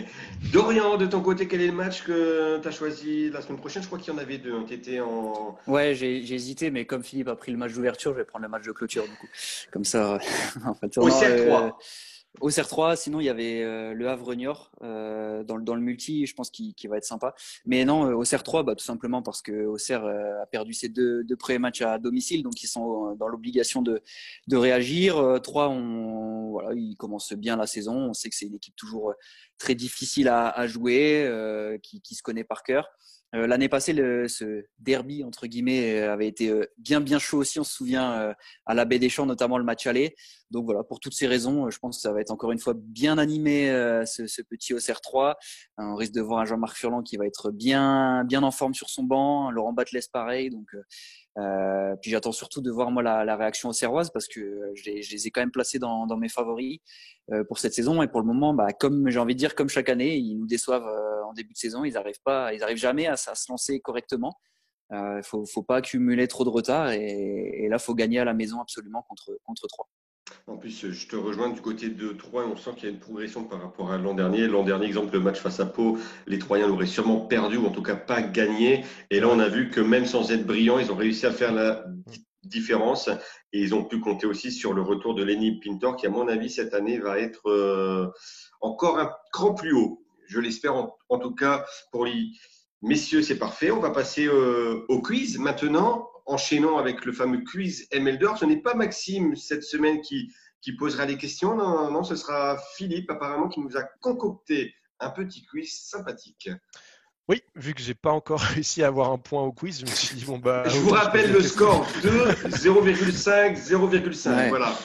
[SPEAKER 1] Dorian, de ton côté, quel est le match que tu as choisi la semaine prochaine? Je crois qu'il y en avait deux. Tu étais en.
[SPEAKER 2] Ouais, j'ai, j'ai hésité, mais comme Philippe a pris le match d'ouverture, je vais prendre le match de clôture du coup. Comme ça, en fait,
[SPEAKER 1] au C R trois.
[SPEAKER 2] Euh, au C R trois, sinon il y avait euh, le Havre-Niort euh, dans, le, dans le multi, je pense qu'il, qu'il va être sympa. Mais non, euh, au C R trois, bah, tout simplement parce que Auxerre euh, a perdu ses deux, deux premiers matchs à domicile, donc ils sont dans l'obligation de, de réagir. Euh, Troyes, on, voilà, ils commencent bien la saison. On sait que c'est une équipe toujours très difficile à, à jouer, euh, qui, qui se connaît par cœur. Euh, l'année passée, le, ce derby entre guillemets avait été euh, bien bien chaud aussi. On se souvient euh, à la Baie des Champs, notamment le match aller. Donc voilà, pour toutes ces raisons, je pense que ça va être encore une fois bien animé euh, ce, ce petit Auxerre trois. On risque de voir un Jean-Marc Furlan qui va être bien bien en forme sur son banc, Laurent Batles pareil. Donc euh, puis j'attends surtout de voir moi la, la réaction auxerroise parce que je les, je les ai quand même placés dans, dans mes favoris euh, pour cette saison. Et pour le moment, bah, comme j'ai envie de dire, comme chaque année, ils nous déçoivent euh, en début de saison. Ils n'arrivent pas, ils arrivent jamais à, à se lancer correctement. Il euh, faut, faut pas accumuler trop de retard et, et là, faut gagner à la maison absolument contre contre Troyes.
[SPEAKER 1] En plus, je te rejoins du côté de Troyes. On sent qu'il y a une progression par rapport à l'an dernier. L'an dernier, exemple, le match face à Pau, les Troyens l'auraient sûrement perdu ou en tout cas pas gagné. Et là, on a vu que même sans être brillants, ils ont réussi à faire la différence et ils ont pu compter aussi sur le retour de Lenny Pintor qui, à mon avis, cette année va être euh, encore un cran plus haut. Je l'espère en, en tout cas pour lui. Messieurs, c'est parfait. On va passer euh, au quiz maintenant. Enchaînons avec le fameux quiz M L d'or. Ce n'est pas Maxime cette semaine qui, qui posera les questions. Non, non, ce sera Philippe apparemment qui nous a concocté un petit quiz sympathique.
[SPEAKER 3] Oui, vu que j'ai pas encore réussi à avoir un point au quiz, je me suis dit bon bah.
[SPEAKER 1] Je vous rappelle le score deux, zéro virgule cinq, zéro virgule cinq. Ouais. Voilà.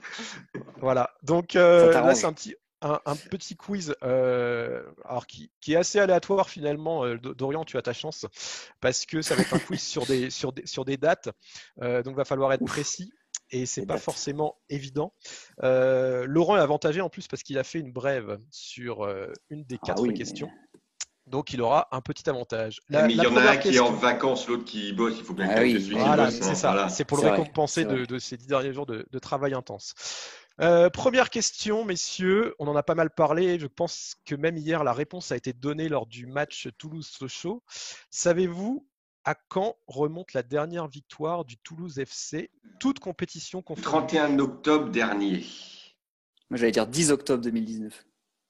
[SPEAKER 3] Voilà. Donc euh, là c'est un petit. Un, un petit quiz euh, alors qui, qui est assez aléatoire finalement. euh, Dorian, tu as ta chance parce que ça va être un quiz sur des, sur des, sur des dates, euh, donc il va falloir être précis et c'est les pas dates. Forcément évident. Euh, Laurent est avantagé en plus parce qu'il a fait une brève sur euh, une des quatre ah oui, questions. Mais... Donc il aura un petit avantage.
[SPEAKER 1] La, mais il y en a un qui question... est en vacances, l'autre qui bosse. Il faut bien ah oui, que celui
[SPEAKER 3] voilà,
[SPEAKER 1] qui bosse.
[SPEAKER 3] C'est ça. Voilà. C'est pour c'est le vrai, récompenser de, de ces dix derniers jours de, de travail intense. Euh, première question, messieurs, on en a pas mal parlé. Je pense que même hier, la réponse a été donnée lors du match Toulouse-Sochaux. Savez-vous à quand remonte la dernière victoire du Toulouse F C, toute compétition confondue?
[SPEAKER 1] trente et un octobre dernier.
[SPEAKER 2] Moi, j'allais dire dix octobre deux mille dix-neuf.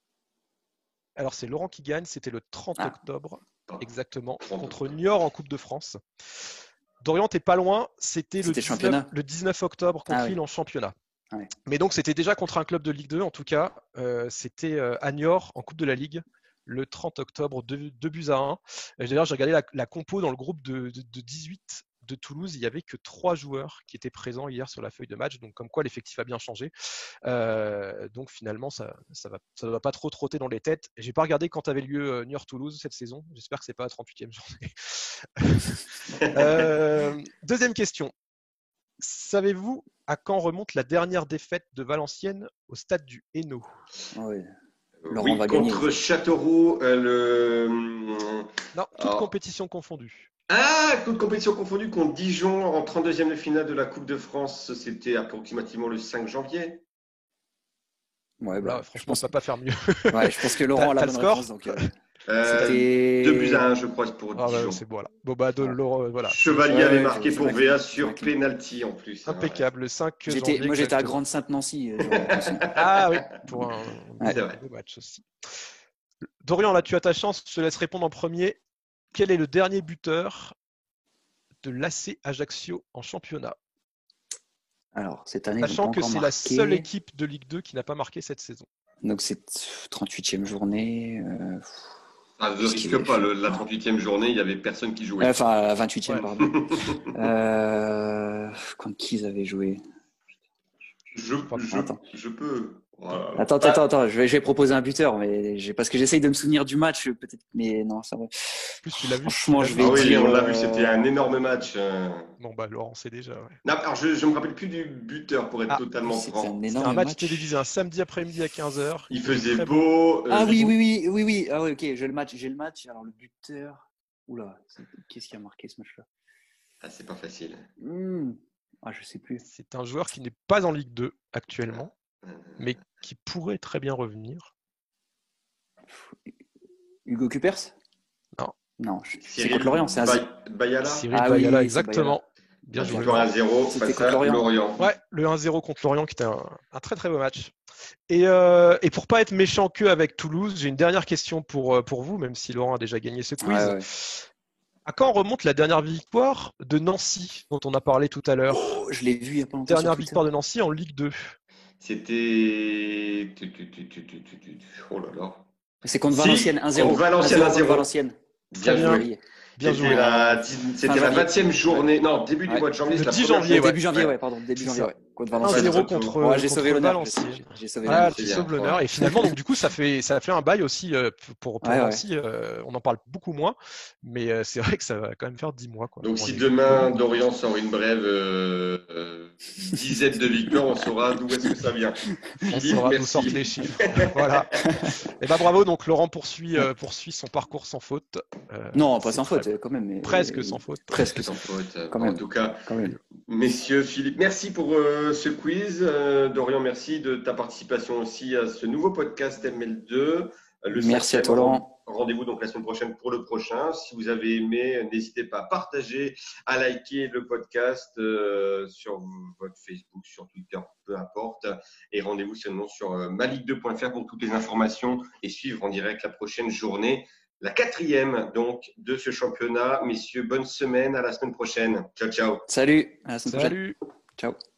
[SPEAKER 3] Alors, c'est Laurent qui gagne. C'était le trente ah. octobre, exactement, contre Niort en Coupe de France. Dorian, t'es pas loin. C'était, c'était le, dix-neuf, le dix-neuf octobre contre ah, Lille oui. en championnat. Ouais. Mais donc, c'était déjà contre un club de Ligue deux. En tout cas, euh, c'était euh, à Niort en Coupe de la Ligue le trente octobre, deux buts à un. Et d'ailleurs, j'ai regardé la, la compo dans le groupe de, de, de dix-huit de Toulouse. Il n'y avait que trois joueurs qui étaient présents hier sur la feuille de match. Donc, comme quoi, l'effectif a bien changé. Euh, donc, finalement, ça ça va, ça va pas trop trotter dans les têtes. Et j'ai pas regardé quand avait lieu euh, Niort-Toulouse cette saison. J'espère que c'est pas la trente-huitième journée. euh, deuxième question. Savez-vous à quand remonte la dernière défaite de Valenciennes au stade du Hainaut?
[SPEAKER 2] Oui,
[SPEAKER 1] Laurent oui va contre gagner. Châteauroux. Euh, le...
[SPEAKER 3] Non, toute Alors... compétition confondue.
[SPEAKER 1] Ah, toute compétition confondue contre Dijon en trente-deuxième de finale de la Coupe de France. C'était approximativement le cinq janvier.
[SPEAKER 3] Ouais, bah, Là, franchement, ça ne va pas faire mieux.
[SPEAKER 2] Ouais, je pense que Laurent a la bonne réponse. Donc, euh...
[SPEAKER 1] Euh,
[SPEAKER 2] C'était-
[SPEAKER 1] deux buts à un, je crois, pour
[SPEAKER 3] Ah,
[SPEAKER 1] Dijon.
[SPEAKER 3] ouais, c'est voilà. Bon, bah, de Laurent, voilà.
[SPEAKER 1] Chevalier
[SPEAKER 2] Ouais,
[SPEAKER 1] avait
[SPEAKER 2] ouais,
[SPEAKER 1] marqué
[SPEAKER 2] c'est
[SPEAKER 1] pour
[SPEAKER 2] vrai que-
[SPEAKER 1] V A
[SPEAKER 2] c'est
[SPEAKER 1] sur
[SPEAKER 2] vrai que-
[SPEAKER 1] penalty en plus. hein,
[SPEAKER 3] Impeccable, le cinq
[SPEAKER 2] J'étais,
[SPEAKER 3] janvier.
[SPEAKER 2] moi, j'étais à
[SPEAKER 3] exactement.
[SPEAKER 2] Grande Sainte-Nancy. euh, j'aurais pu aussi.
[SPEAKER 3] Ah oui, pour un,
[SPEAKER 2] Ouais.
[SPEAKER 1] C'est vrai.
[SPEAKER 3] beau match aussi. Dorian, là, tu as ta chance. Je te laisse répondre en premier. Quel est le dernier buteur de l'A C Ajaccio en championnat?
[SPEAKER 2] Alors, cette année, ils n'ont pas
[SPEAKER 3] Sachant que
[SPEAKER 2] encore
[SPEAKER 3] c'est la
[SPEAKER 2] marqué.
[SPEAKER 3] seule équipe de Ligue deux qui n'a pas marqué cette saison.
[SPEAKER 2] Donc, c'est trente-huitième journée. euh,
[SPEAKER 1] Ah, ne
[SPEAKER 2] Qu'est-ce
[SPEAKER 1] risque
[SPEAKER 2] qu'il avait
[SPEAKER 1] pas,
[SPEAKER 2] fait
[SPEAKER 1] le- la trente-huitième journée, il n'y avait personne qui jouait.
[SPEAKER 2] Enfin, vingt-huitième,
[SPEAKER 3] Ouais.
[SPEAKER 2] pardon. Euh, Contre qui ils avaient joué?
[SPEAKER 1] Je, je,
[SPEAKER 2] Attends.
[SPEAKER 1] je peux. Voilà.
[SPEAKER 2] Attends,
[SPEAKER 1] Bah,
[SPEAKER 2] attends, attends, je vais, je vais proposer un buteur, mais j'ai- parce que j'essaye de me souvenir du match, peut-être, mais non, ça va.
[SPEAKER 3] En plus, tu l'as vu.
[SPEAKER 2] Franchement,
[SPEAKER 3] tu
[SPEAKER 2] je
[SPEAKER 3] l'as
[SPEAKER 2] vais
[SPEAKER 1] Ah
[SPEAKER 3] vu.
[SPEAKER 1] oui,
[SPEAKER 2] dire,
[SPEAKER 1] on l'a vu,
[SPEAKER 2] euh,
[SPEAKER 1] c'était un énorme match. euh.
[SPEAKER 3] Bon, bah, Laurent, c'est déjà. Ouais.
[SPEAKER 1] Non, alors je ne me rappelle plus du buteur pour être
[SPEAKER 3] Ah,
[SPEAKER 1] totalement
[SPEAKER 2] c'était
[SPEAKER 1] franc.
[SPEAKER 2] un
[SPEAKER 3] C'était
[SPEAKER 2] énorme
[SPEAKER 3] un match,
[SPEAKER 2] match.
[SPEAKER 3] télévisé un samedi après-midi à quinze heures.
[SPEAKER 1] Il faisait
[SPEAKER 3] très
[SPEAKER 1] beau. euh,
[SPEAKER 2] Ah oui,
[SPEAKER 1] le-
[SPEAKER 2] oui, oui, oui, oui. Ah oui, ok, j'ai le match, j'ai le match. Alors le buteur. Oula, c'est- qu'est-ce qui a marqué ce match-là?
[SPEAKER 1] Ah, c'est pas facile.
[SPEAKER 2] Hmm. Ah, je sais plus.
[SPEAKER 3] C'est un joueur qui n'est pas en Ligue deux actuellement,
[SPEAKER 1] Euh,
[SPEAKER 3] mais qui pourrait très bien revenir.
[SPEAKER 2] Hugo Cupers?
[SPEAKER 3] Non.
[SPEAKER 2] Non, je- c'est
[SPEAKER 1] Cyril
[SPEAKER 2] contre Lorient, c'est un.
[SPEAKER 1] Bay- Bayala.
[SPEAKER 3] Cyril
[SPEAKER 2] Ah oui,
[SPEAKER 3] Bayala,
[SPEAKER 2] c'est
[SPEAKER 3] exactement. Bien
[SPEAKER 1] La
[SPEAKER 3] joué.
[SPEAKER 1] victoire un zéro
[SPEAKER 2] C'était
[SPEAKER 1] face
[SPEAKER 2] contre
[SPEAKER 1] à
[SPEAKER 2] Lorient.
[SPEAKER 1] Lorient.
[SPEAKER 3] Ouais, le un zéro contre Lorient qui était un, un très très beau match. Et, euh, et pour pas être méchant que avec Toulouse, j'ai une dernière question pour, euh, pour vous, même si Laurent a déjà gagné ce quiz.
[SPEAKER 2] Ouais, ouais.
[SPEAKER 3] À quand remonte la dernière victoire de Nancy, dont on a parlé tout à l'heure?
[SPEAKER 2] Oh, je l'ai vu il y a pas longtemps.
[SPEAKER 3] Dernière
[SPEAKER 2] sur Twitter.
[SPEAKER 3] victoire de Nancy en Ligue deux.
[SPEAKER 1] C'était. tu, tu, tu, tu, tu, tu, tu. Oh là là.
[SPEAKER 2] C'est contre
[SPEAKER 1] Si,
[SPEAKER 2] Valenciennes, un zéro.
[SPEAKER 1] contre Valenciennes, un zéro.
[SPEAKER 2] Valenciennes.
[SPEAKER 1] Bien
[SPEAKER 3] Très bien.
[SPEAKER 1] joué.
[SPEAKER 3] Bien
[SPEAKER 1] C'était
[SPEAKER 3] joué.
[SPEAKER 1] la,
[SPEAKER 2] Fin
[SPEAKER 1] c'était la
[SPEAKER 2] janvier.
[SPEAKER 1] vingtième journée. Non, début du
[SPEAKER 2] Ouais.
[SPEAKER 1] mois de janvier.
[SPEAKER 3] Le
[SPEAKER 1] c'est la
[SPEAKER 3] dix
[SPEAKER 1] première
[SPEAKER 3] janvier,
[SPEAKER 1] journée.
[SPEAKER 2] Début janvier, ouais, pardon. Début
[SPEAKER 3] C'est
[SPEAKER 2] janvier,
[SPEAKER 3] ça.
[SPEAKER 2] ouais. Contre
[SPEAKER 3] un
[SPEAKER 2] Valenciennes.
[SPEAKER 3] zéro
[SPEAKER 1] Valenciennes.
[SPEAKER 3] contre,
[SPEAKER 2] Ouais, j'ai
[SPEAKER 3] contre
[SPEAKER 2] sauvé l'honneur.
[SPEAKER 3] Valenciennes.
[SPEAKER 2] J'ai- J'ai sauvé
[SPEAKER 3] Ah,
[SPEAKER 2] l'honneur.
[SPEAKER 3] tu
[SPEAKER 1] c'est bien,
[SPEAKER 3] sauves l'honneur.
[SPEAKER 1] ouais.
[SPEAKER 3] Et finalement, donc du coup, ça fait ça fait un bail aussi euh, pour, pour
[SPEAKER 2] Ouais, ouais.
[SPEAKER 3] Nancy. euh, on en parle beaucoup moins, mais euh, c'est vrai que ça va quand même faire dix mois. Quoi.
[SPEAKER 1] Donc,
[SPEAKER 3] Bon,
[SPEAKER 1] si
[SPEAKER 3] les-
[SPEAKER 1] demain Dorian sort une brève euh, euh, dizaine de victoires, on saura d'où est-ce que ça vient.
[SPEAKER 3] on
[SPEAKER 1] Philippe,
[SPEAKER 3] saura d'où
[SPEAKER 1] merci.
[SPEAKER 3] sortent les chiffres. Voilà. Et ben bravo. Donc Laurent poursuit euh, poursuit son parcours sans faute. Euh,
[SPEAKER 2] Non, pas
[SPEAKER 3] c'est
[SPEAKER 2] sans
[SPEAKER 3] très
[SPEAKER 2] faute, quand même. mais-
[SPEAKER 3] Presque sans faute.
[SPEAKER 2] Presque
[SPEAKER 1] Sans
[SPEAKER 2] sans faute,
[SPEAKER 1] faute.
[SPEAKER 2] Quand
[SPEAKER 1] En
[SPEAKER 2] même.
[SPEAKER 1] tout cas,
[SPEAKER 2] quand même.
[SPEAKER 1] messieurs, Philippe, merci pour euh, ce quiz. Euh, Dorian, merci de ta participation aussi à ce nouveau podcast M L deux. Euh, Le
[SPEAKER 2] Merci à
[SPEAKER 1] cinquième.
[SPEAKER 2] toi, Laurent.
[SPEAKER 1] Rendez-vous donc la semaine prochaine pour le prochain. Si vous avez aimé, n'hésitez pas à partager, à liker le podcast euh, sur votre Facebook, sur Twitter, peu importe. Et rendez-vous seulement sur euh, maligue deux point f r pour toutes les informations et suivre en direct la prochaine journée. La quatrième donc de ce championnat. Messieurs, bonne semaine, à la semaine prochaine. Ciao, ciao.
[SPEAKER 2] Salut, à la semaine prochaine.
[SPEAKER 3] Salut.
[SPEAKER 2] Ciao.